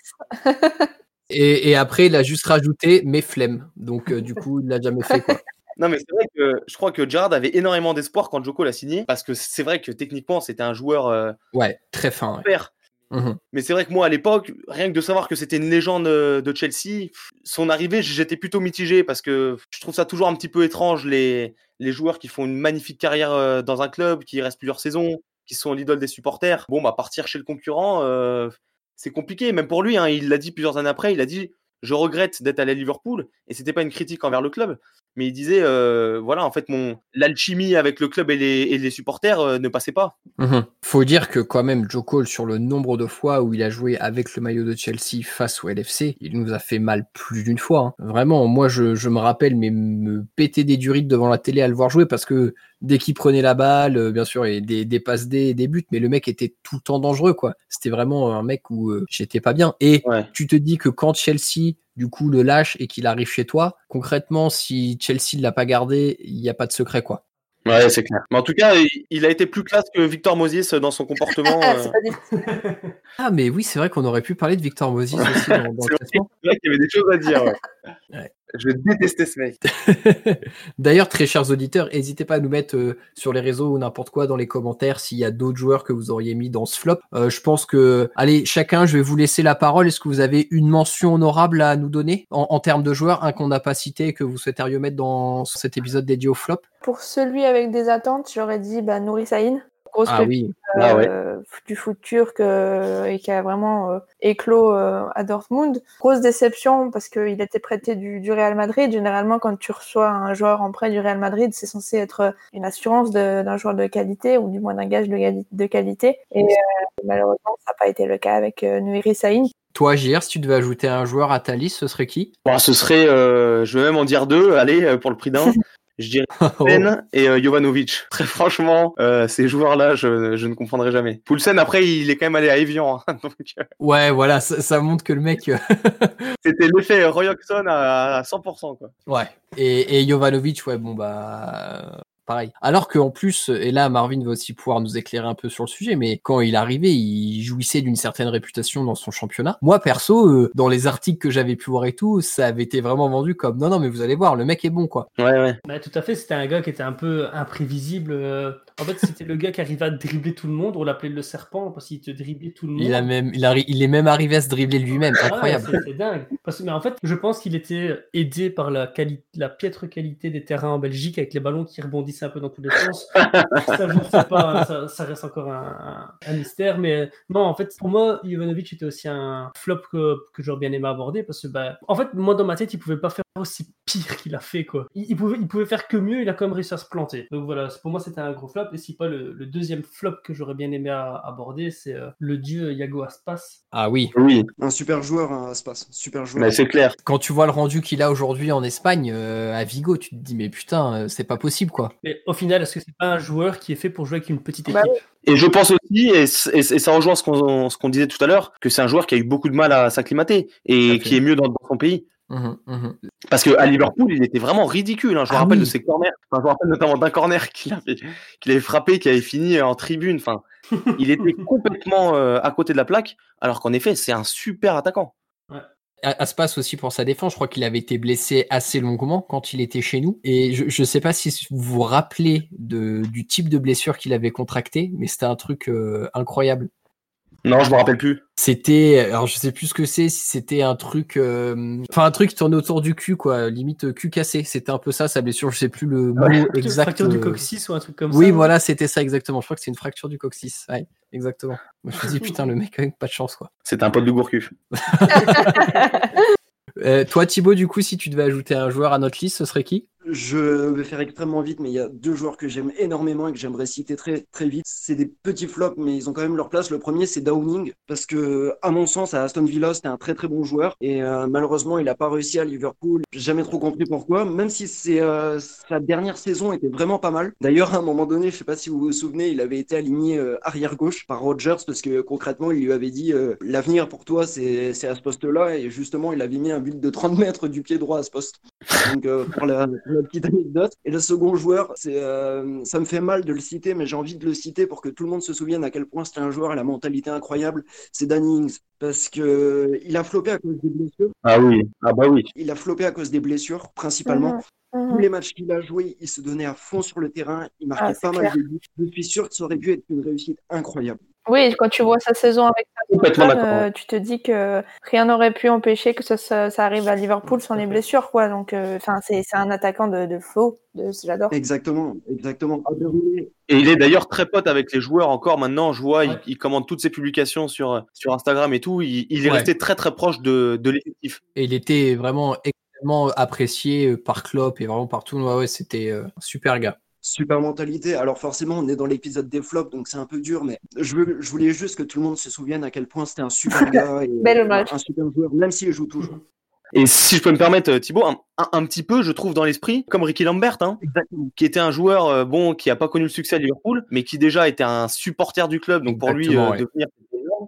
Et, et après, il a juste rajouté mes flemmes. Donc, euh, du coup, il l'a jamais fait, quoi. Non, mais c'est vrai que je crois que Gerrard avait énormément d'espoir quand Joe Cole a signé, parce que c'est vrai que techniquement, c'était un joueur euh, Ouais, très fin. Ouais. super. Mhm. Mais c'est vrai que moi, à l'époque, rien que de savoir que c'était une légende de Chelsea, son arrivée, j'étais plutôt mitigé parce que je trouve ça toujours un petit peu étrange, les, les joueurs qui font une magnifique carrière dans un club, qui restent plusieurs saisons, qui sont l'idole des supporters. Bon, bah, partir chez le concurrent, euh, c'est compliqué. Même pour lui, hein, il l'a dit plusieurs années après, il a dit « Je regrette d'être allé à Liverpool ». Et c'était pas une critique envers le club, mais il disait euh, « Voilà, en fait, mon l'alchimie avec le club et les, et les supporters euh, ne passait pas ». Mhm. Faut dire que quand même, Joe Cole, sur le nombre de fois où il a joué avec le maillot de Chelsea face au L F C, il nous a fait mal plus d'une fois. Hein. Vraiment, moi, je, je me rappelle mais me péter des durites devant la télé à le voir jouer parce que dès qu'il prenait la balle, euh, bien sûr, et des, des passes D et des buts, mais le mec était tout le temps dangereux, quoi. C'était vraiment un mec où euh, j'étais pas bien. Et Ouais. tu te dis que quand Chelsea, du coup, le lâche et qu'il arrive chez toi, concrètement, si Chelsea ne l'a pas gardé, il n'y a pas de secret, quoi. Ouais, c'est clair. Mais en tout cas, il, il a été plus classe que Victor Moses dans son comportement. Ah, euh. c'est pas difficile. Ah, mais oui, c'est vrai qu'on aurait pu parler de Victor Moses aussi dans, dans le C'est vrai, classement. c'est vrai qu'il y avait des choses à dire. Ouais. Ouais. Je détestais ce mec. D'ailleurs, très chers auditeurs, n'hésitez pas à nous mettre euh, sur les réseaux ou n'importe quoi dans les commentaires s'il y a d'autres joueurs que vous auriez mis dans ce flop. Euh, je pense que, allez, chacun, je vais vous laisser la parole. Est-ce que vous avez une mention honorable à nous donner en, en termes de joueurs, un qu'on n'a pas cité et que vous souhaiteriez mettre dans cet épisode dédié au flop? Pour celui avec des attentes, j'aurais dit bah, Nouri Sahin. Grosse Ah pépite, oui. Ah ouais. euh, du foot turc euh, et qui a vraiment euh, éclos euh, à Dortmund. Grosse déception parce qu'il était prêté du, du Real Madrid. Généralement, quand tu reçois un joueur en prêt du Real Madrid, c'est censé être une assurance de, d'un joueur de qualité ou du moins d'un gage de, gali- de qualité. Et euh, malheureusement, ça n'a pas été le cas avec euh, Nouri Sahin. Toi, J R, si tu devais ajouter un joueur à ta liste, ce serait qui? Bon, ce serait, euh, je vais même en dire deux, allez, euh, pour le prix d'un. Je dirais Poulsen et euh, Jovanovic. Très franchement, euh, ces joueurs-là, je, je ne comprendrai jamais. Poulsen, après, il est quand même allé à Evian. Hein, donc, euh, Ouais, voilà, ça, ça montre que le mec... c'était l'effet Roy Hodgson à, à cent pour cent. Quoi. Ouais. Et, et Jovanovic, ouais, bon, bah... pareil. Alors qu'en plus, et là Marvin va aussi pouvoir nous éclairer un peu sur le sujet, mais quand il arrivait, il jouissait d'une certaine réputation dans son championnat. Moi perso, euh, dans les articles que j'avais pu voir et tout, ça avait été vraiment vendu comme non non mais vous allez voir, le mec est bon quoi. Ouais ouais. Bah, tout à fait, c'était un gars qui était un peu imprévisible. euh, En fait, c'était le gars qui arrivait à dribbler tout le monde. On l'appelait le serpent parce qu'il te driblait tout le monde. Il a même, il, arri- il est même arrivé à se dribbler lui-même, Ah ouais, incroyable. c'est, c'est dingue. Parce que, mais en fait, je pense qu'il était aidé par la, quali- la piètre qualité des terrains en Belgique avec les ballons qui rebondissaient un peu dans tous les sens. Ça, je ne sais pas, hein, ça, ça reste encore un, un, un mystère. Mais non, en fait, pour moi, Jovanovic était aussi un flop que, que j'aurais bien aimé aborder parce que, bah, en fait, moi, dans ma tête, il pouvait pas faire aussi pire qu'il a fait, quoi. Il, il, pouvait, il pouvait faire que mieux, il a quand même réussi à se planter. Donc voilà, pour moi, c'était un gros flop. Et si pas le, le deuxième flop que j'aurais bien aimé à, aborder, c'est euh, le dieu Iago Aspas. Ah oui. Oui. Un super joueur, hein, Aspas. Super joueur. Mais c'est clair. Quand tu vois le rendu qu'il a aujourd'hui en Espagne, euh, à Vigo, tu te dis mais putain, euh, c'est pas possible quoi. Mais au final, est-ce que c'est pas un joueur qui est fait pour jouer avec une petite équipe? Bah oui. Et je pense aussi, et, et, et ça rejoint ce qu'on, ce qu'on disait tout à l'heure, que c'est un joueur qui a eu beaucoup de mal à s'acclimater et qui est mieux dans, dans son pays. Mmh, mmh. Parce qu'à Liverpool, il était vraiment ridicule. Hein. Je me Ah rappelle oui. de ses corners. Enfin, je me rappelle notamment d'un corner qu'il avait, qu'il avait frappé, qui avait fini en tribune. Enfin, il était complètement euh, à côté de la plaque, alors qu'en effet, c'est un super attaquant. Aspas aussi pour sa défense, je crois qu'il avait été blessé assez longuement quand il était chez nous. Et je ne sais pas si vous vous rappelez de, du type de blessure qu'il avait contracté, mais c'était un truc euh, incroyable. Non, je me rappelle plus. C'était, alors je sais plus ce que c'est, si c'était un truc, euh, enfin un truc qui tournait autour du cul, quoi, limite cul cassé. C'était un peu ça, sa blessure. Je sais plus le mot Une exact. fracture du euh, coccyx ou un truc comme Oui, ça. hein. voilà, c'était ça exactement. Je crois que c'est une fracture du coccyx. Ouais, exactement. Moi, je me dis putain, le mec quand même pas de chance, quoi. C'était un pote de Gourcuff. Euh, toi, Thibaut, du coup, si tu devais ajouter un joueur à notre liste, ce serait qui? Je vais faire extrêmement vite, mais il y a deux joueurs que j'aime énormément et que j'aimerais citer très, très vite. C'est des petits flops, mais ils ont quand même leur place. Le premier, c'est Downing, parce que, à mon sens, à Aston Villa, c'était un très très bon joueur. Et euh, malheureusement, il n'a pas réussi à Liverpool. J'ai jamais trop compris pourquoi, même si c'est, euh, sa dernière saison était vraiment pas mal. D'ailleurs, à un moment donné, je sais pas si vous vous souvenez, il avait été aligné euh, arrière-gauche par Rodgers, parce que concrètement, il lui avait dit euh, l'avenir pour toi, c'est, c'est à ce poste-là. Et justement, il avait mis un but de trente mètres du pied droit à ce poste. Donc, euh, pour la, pour la petite anecdote. Et le second joueur, c'est, euh, ça me fait mal de le citer, mais j'ai envie de le citer pour que tout le monde se souvienne à quel point c'était un joueur à la mentalité incroyable. C'est Danny Ings. Parce que il a floppé à cause des blessures. Ah oui, ah bah oui. Il a floppé à cause des blessures, principalement. Mhm, Tous mhm. les matchs qu'il a joués, il se donnait à fond sur le terrain. Il marquait Ah, c'est pas mal clair. de buts. Je suis sûr que ça aurait dû être une réussite incroyable. Oui, quand tu vois sa saison avec Complètement Southampton, d'accord. euh, tu te dis que rien n'aurait pu empêcher que ça, ça, ça arrive à Liverpool sans les blessures, quoi. Donc, enfin, c'est c'est un attaquant de, de feu. De, j'adore. Exactement, exactement. Abermé, Et il est d'ailleurs très pote avec les joueurs encore maintenant. Je vois, il, Ouais. il commente toutes ses publications sur, sur Instagram et tout. Il, il est Ouais. resté très très proche de, de l'effectif. Et il était vraiment extrêmement apprécié euh, par Klopp et vraiment partout. Ouais, ouais, c'était euh, un super gars. super mentalité. Alors forcément, on est dans l'épisode des flops, donc c'est un peu dur, mais je, veux, je voulais juste que tout le monde se souvienne à quel point c'était un super gars et Bel un, hommage. un super joueur, même s'il joue toujours. Et si je peux me permettre, Thibaut, un, un, un petit peu, je trouve, dans l'esprit, comme Ricky Lambert, hein, Exactement. qui était un joueur euh, bon, qui n'a pas connu le succès à Liverpool, mais qui déjà était un supporter du club, donc pour lui, Exactement, euh, ouais. devenir énorme,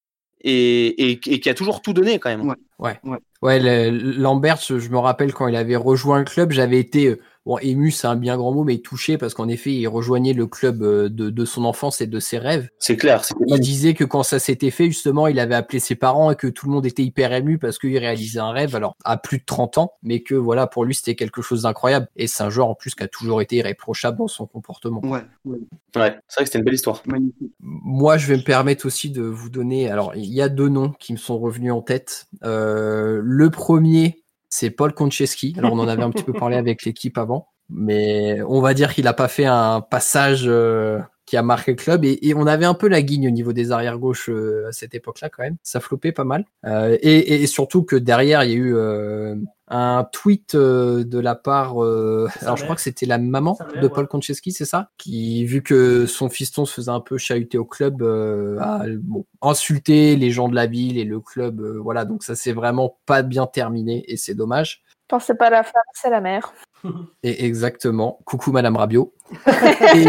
et, et, et qui a toujours tout donné quand même. Ouais. Ouais. Ouais. Ouais, le- Lambert, je je me rappelle quand il avait rejoint le club, j'avais été, euh, bon, ému, c'est un bien grand mot, mais touché parce qu'en effet, il rejoignait le club euh, de, de son enfance et de ses rêves. C'est clair. C'est Il disait que quand ça s'était fait, justement, il avait appelé ses parents et que tout le monde était hyper ému parce qu'il réalisait un rêve, alors à plus de trente ans, mais que voilà, pour lui, c'était quelque chose d'incroyable. Et c'est un joueur en plus qui a toujours été irréprochable dans son comportement. Ouais, ouais, Ouais, c'est vrai que c'était une belle histoire. magnifique. Moi, je vais me permettre aussi de vous donner. Alors, il y a deux noms qui me sont revenus en tête. Euh, le premier, c'est Paul Konchesky. Alors, on en avait un petit peu parlé avec l'équipe avant, mais on va dire qu'il n'a pas fait un passage euh, qui a marqué le club. Et, et on avait un peu la guigne au niveau des arrières-gauches euh, à cette époque-là, quand même. Ça flopait pas mal. Euh, et, et surtout que derrière, il y a eu euh, un tweet euh, de la part. Euh, Sa alors, je mère. crois que c'était la maman Sa mère, de ouais. Paul Konchesky, c'est ça? Qui, vu que son fiston se faisait un peu chahuter au club, euh, a bon, insulté les gens de la ville et le club. Euh, voilà, donc ça s'est vraiment pas bien terminé et c'est dommage. Quand c'est pas la femme, c'est la mère. Et exactement. Coucou Madame Rabiot. et,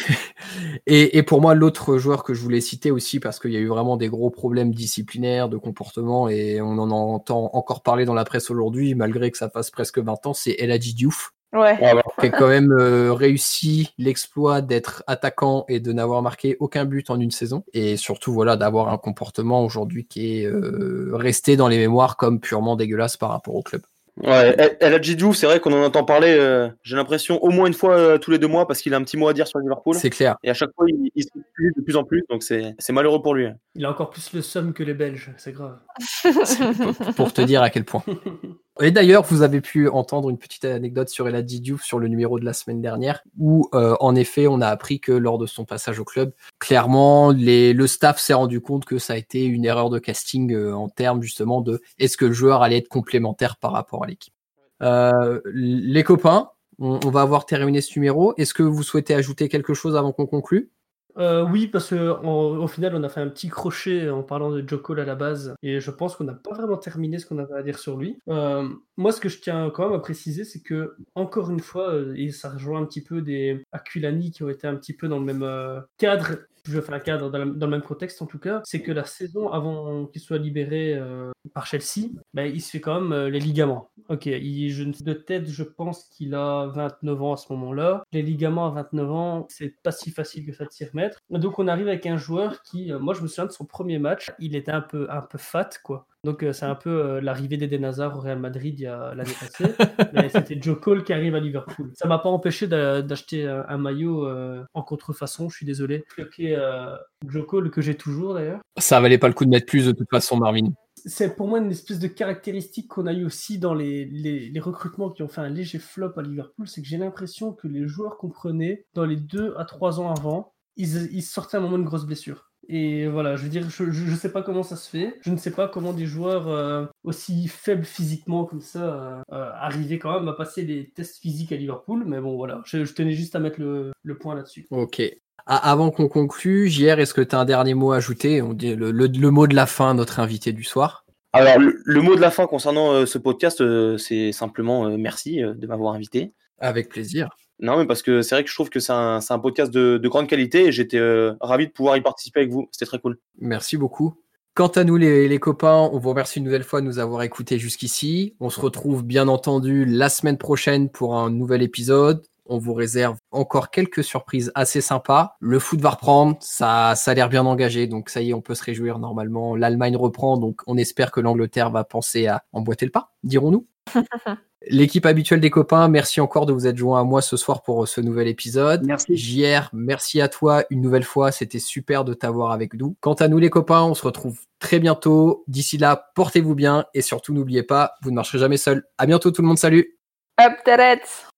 et, et pour moi, l'autre joueur que je voulais citer aussi, parce qu'il y a eu vraiment des gros problèmes disciplinaires, de comportement, et on en entend encore parler dans la presse aujourd'hui, malgré que ça fasse presque vingt ans, c'est El Hadji Diouf, Ouais. Voilà. qui a quand même euh, réussi l'exploit d'être attaquant et de n'avoir marqué aucun but en une saison. Et surtout, voilà, d'avoir un comportement aujourd'hui qui est euh, resté dans les mémoires comme purement dégueulasse par rapport au club. Ouais, El- El Hadji Diouf, c'est vrai qu'on en entend parler, euh, j'ai l'impression, au moins une fois euh, tous les deux mois, parce qu'il a un petit mot à dire sur Liverpool. C'est clair. Et à chaque fois, il, il se plus de plus en plus, donc c'est c'est malheureux pour lui. Il a encore plus le seum que les Belges, c'est grave. Pour te dire à quel point. Et d'ailleurs, vous avez pu entendre une petite anecdote sur El Hadji Diouf sur le numéro de la semaine dernière, où euh, en effet, on a appris que lors de son passage au club, clairement, les, le staff s'est rendu compte que ça a été une erreur de casting euh, en termes justement de est-ce que le joueur allait être complémentaire par rapport à l'équipe. Euh, les copains, on, on va avoir terminé ce numéro. Est-ce que vous souhaitez ajouter quelque chose avant qu'on conclue ? Euh, oui, parce qu'au final, on a fait un petit crochet en parlant de Joe Cole à la base, et je pense qu'on n'a pas vraiment terminé ce qu'on avait à dire sur lui. Euh, moi, ce que je tiens quand même à préciser, c'est que, encore une fois, euh, et ça rejoint un petit peu des Aquilani qui ont été un petit peu dans le même euh, cadre, je vais faire un cadre dans, la, dans le même contexte en tout cas, c'est que la saison avant qu'il soit libéré euh, par Chelsea, ben, il se fait quand même euh, les ligaments. Ok, il, je, de tête, je pense qu'il a vingt-neuf ans à ce moment-là. Les ligaments à vingt-neuf ans, c'est pas si facile que ça de s'y remettre. Donc on arrive avec un joueur qui, euh, moi je me souviens de son premier match, il était un peu, un peu fat, quoi. Donc euh, c'est un peu euh, l'arrivée d'Eden Hazard au Real Madrid il y a l'année passée. Mais c'était Joe Cole qui arrive à Liverpool. Ça m'a pas empêché d'a- d'acheter un, un maillot euh, en contrefaçon, je suis désolé. Floqué euh, Joe Cole que j'ai toujours d'ailleurs. Ça valait pas le coup de mettre plus de toute façon, Marvin. C'est pour moi une espèce de caractéristique qu'on a eu aussi dans les, les, les recrutements qui ont fait un léger flop à Liverpool, c'est que j'ai l'impression que les joueurs qu'on prenait dans les deux à trois ans avant, ils, ils sortaient à un moment de grosse blessure. Et voilà, je veux dire, je, je, je sais pas comment ça se fait. Je ne sais pas comment des joueurs euh, aussi faibles physiquement comme ça euh, euh, arrivaient quand même à passer les tests physiques à Liverpool. Mais bon, voilà, je, je tenais juste à mettre le, le point là-dessus. Ok. Ah, avant qu'on conclue, J R, est-ce que tu as un dernier mot à ajouter? On dit le, le, le mot de la fin, notre invité du soir. Alors, le, le mot de la fin concernant euh, ce podcast, euh, c'est simplement euh, merci euh, de m'avoir invité. Avec plaisir. Non, mais parce que c'est vrai que je trouve que c'est un, c'est un podcast de, de grande qualité et j'étais euh, ravi de pouvoir y participer avec vous. C'était très cool. Merci beaucoup. Quant à nous, les, les copains, on vous remercie une nouvelle fois de nous avoir écoutés jusqu'ici. On se retrouve bien entendu la semaine prochaine pour un nouvel épisode. On vous réserve encore quelques surprises assez sympas. Le foot va reprendre, ça, ça a l'air bien engagé, donc ça y est, on peut se réjouir normalement. L'Allemagne reprend, donc on espère que l'Angleterre va penser à emboîter le pas, dirons-nous. L'équipe habituelle des copains, merci encore de vous être joints à moi ce soir pour ce nouvel épisode. Merci. J R, merci à toi une nouvelle fois, c'était super de t'avoir avec nous. Quant à nous les copains, on se retrouve très bientôt. D'ici là, portez-vous bien et surtout n'oubliez pas, vous ne marcherez jamais seul. À bientôt tout le monde, salut. Up the Reds.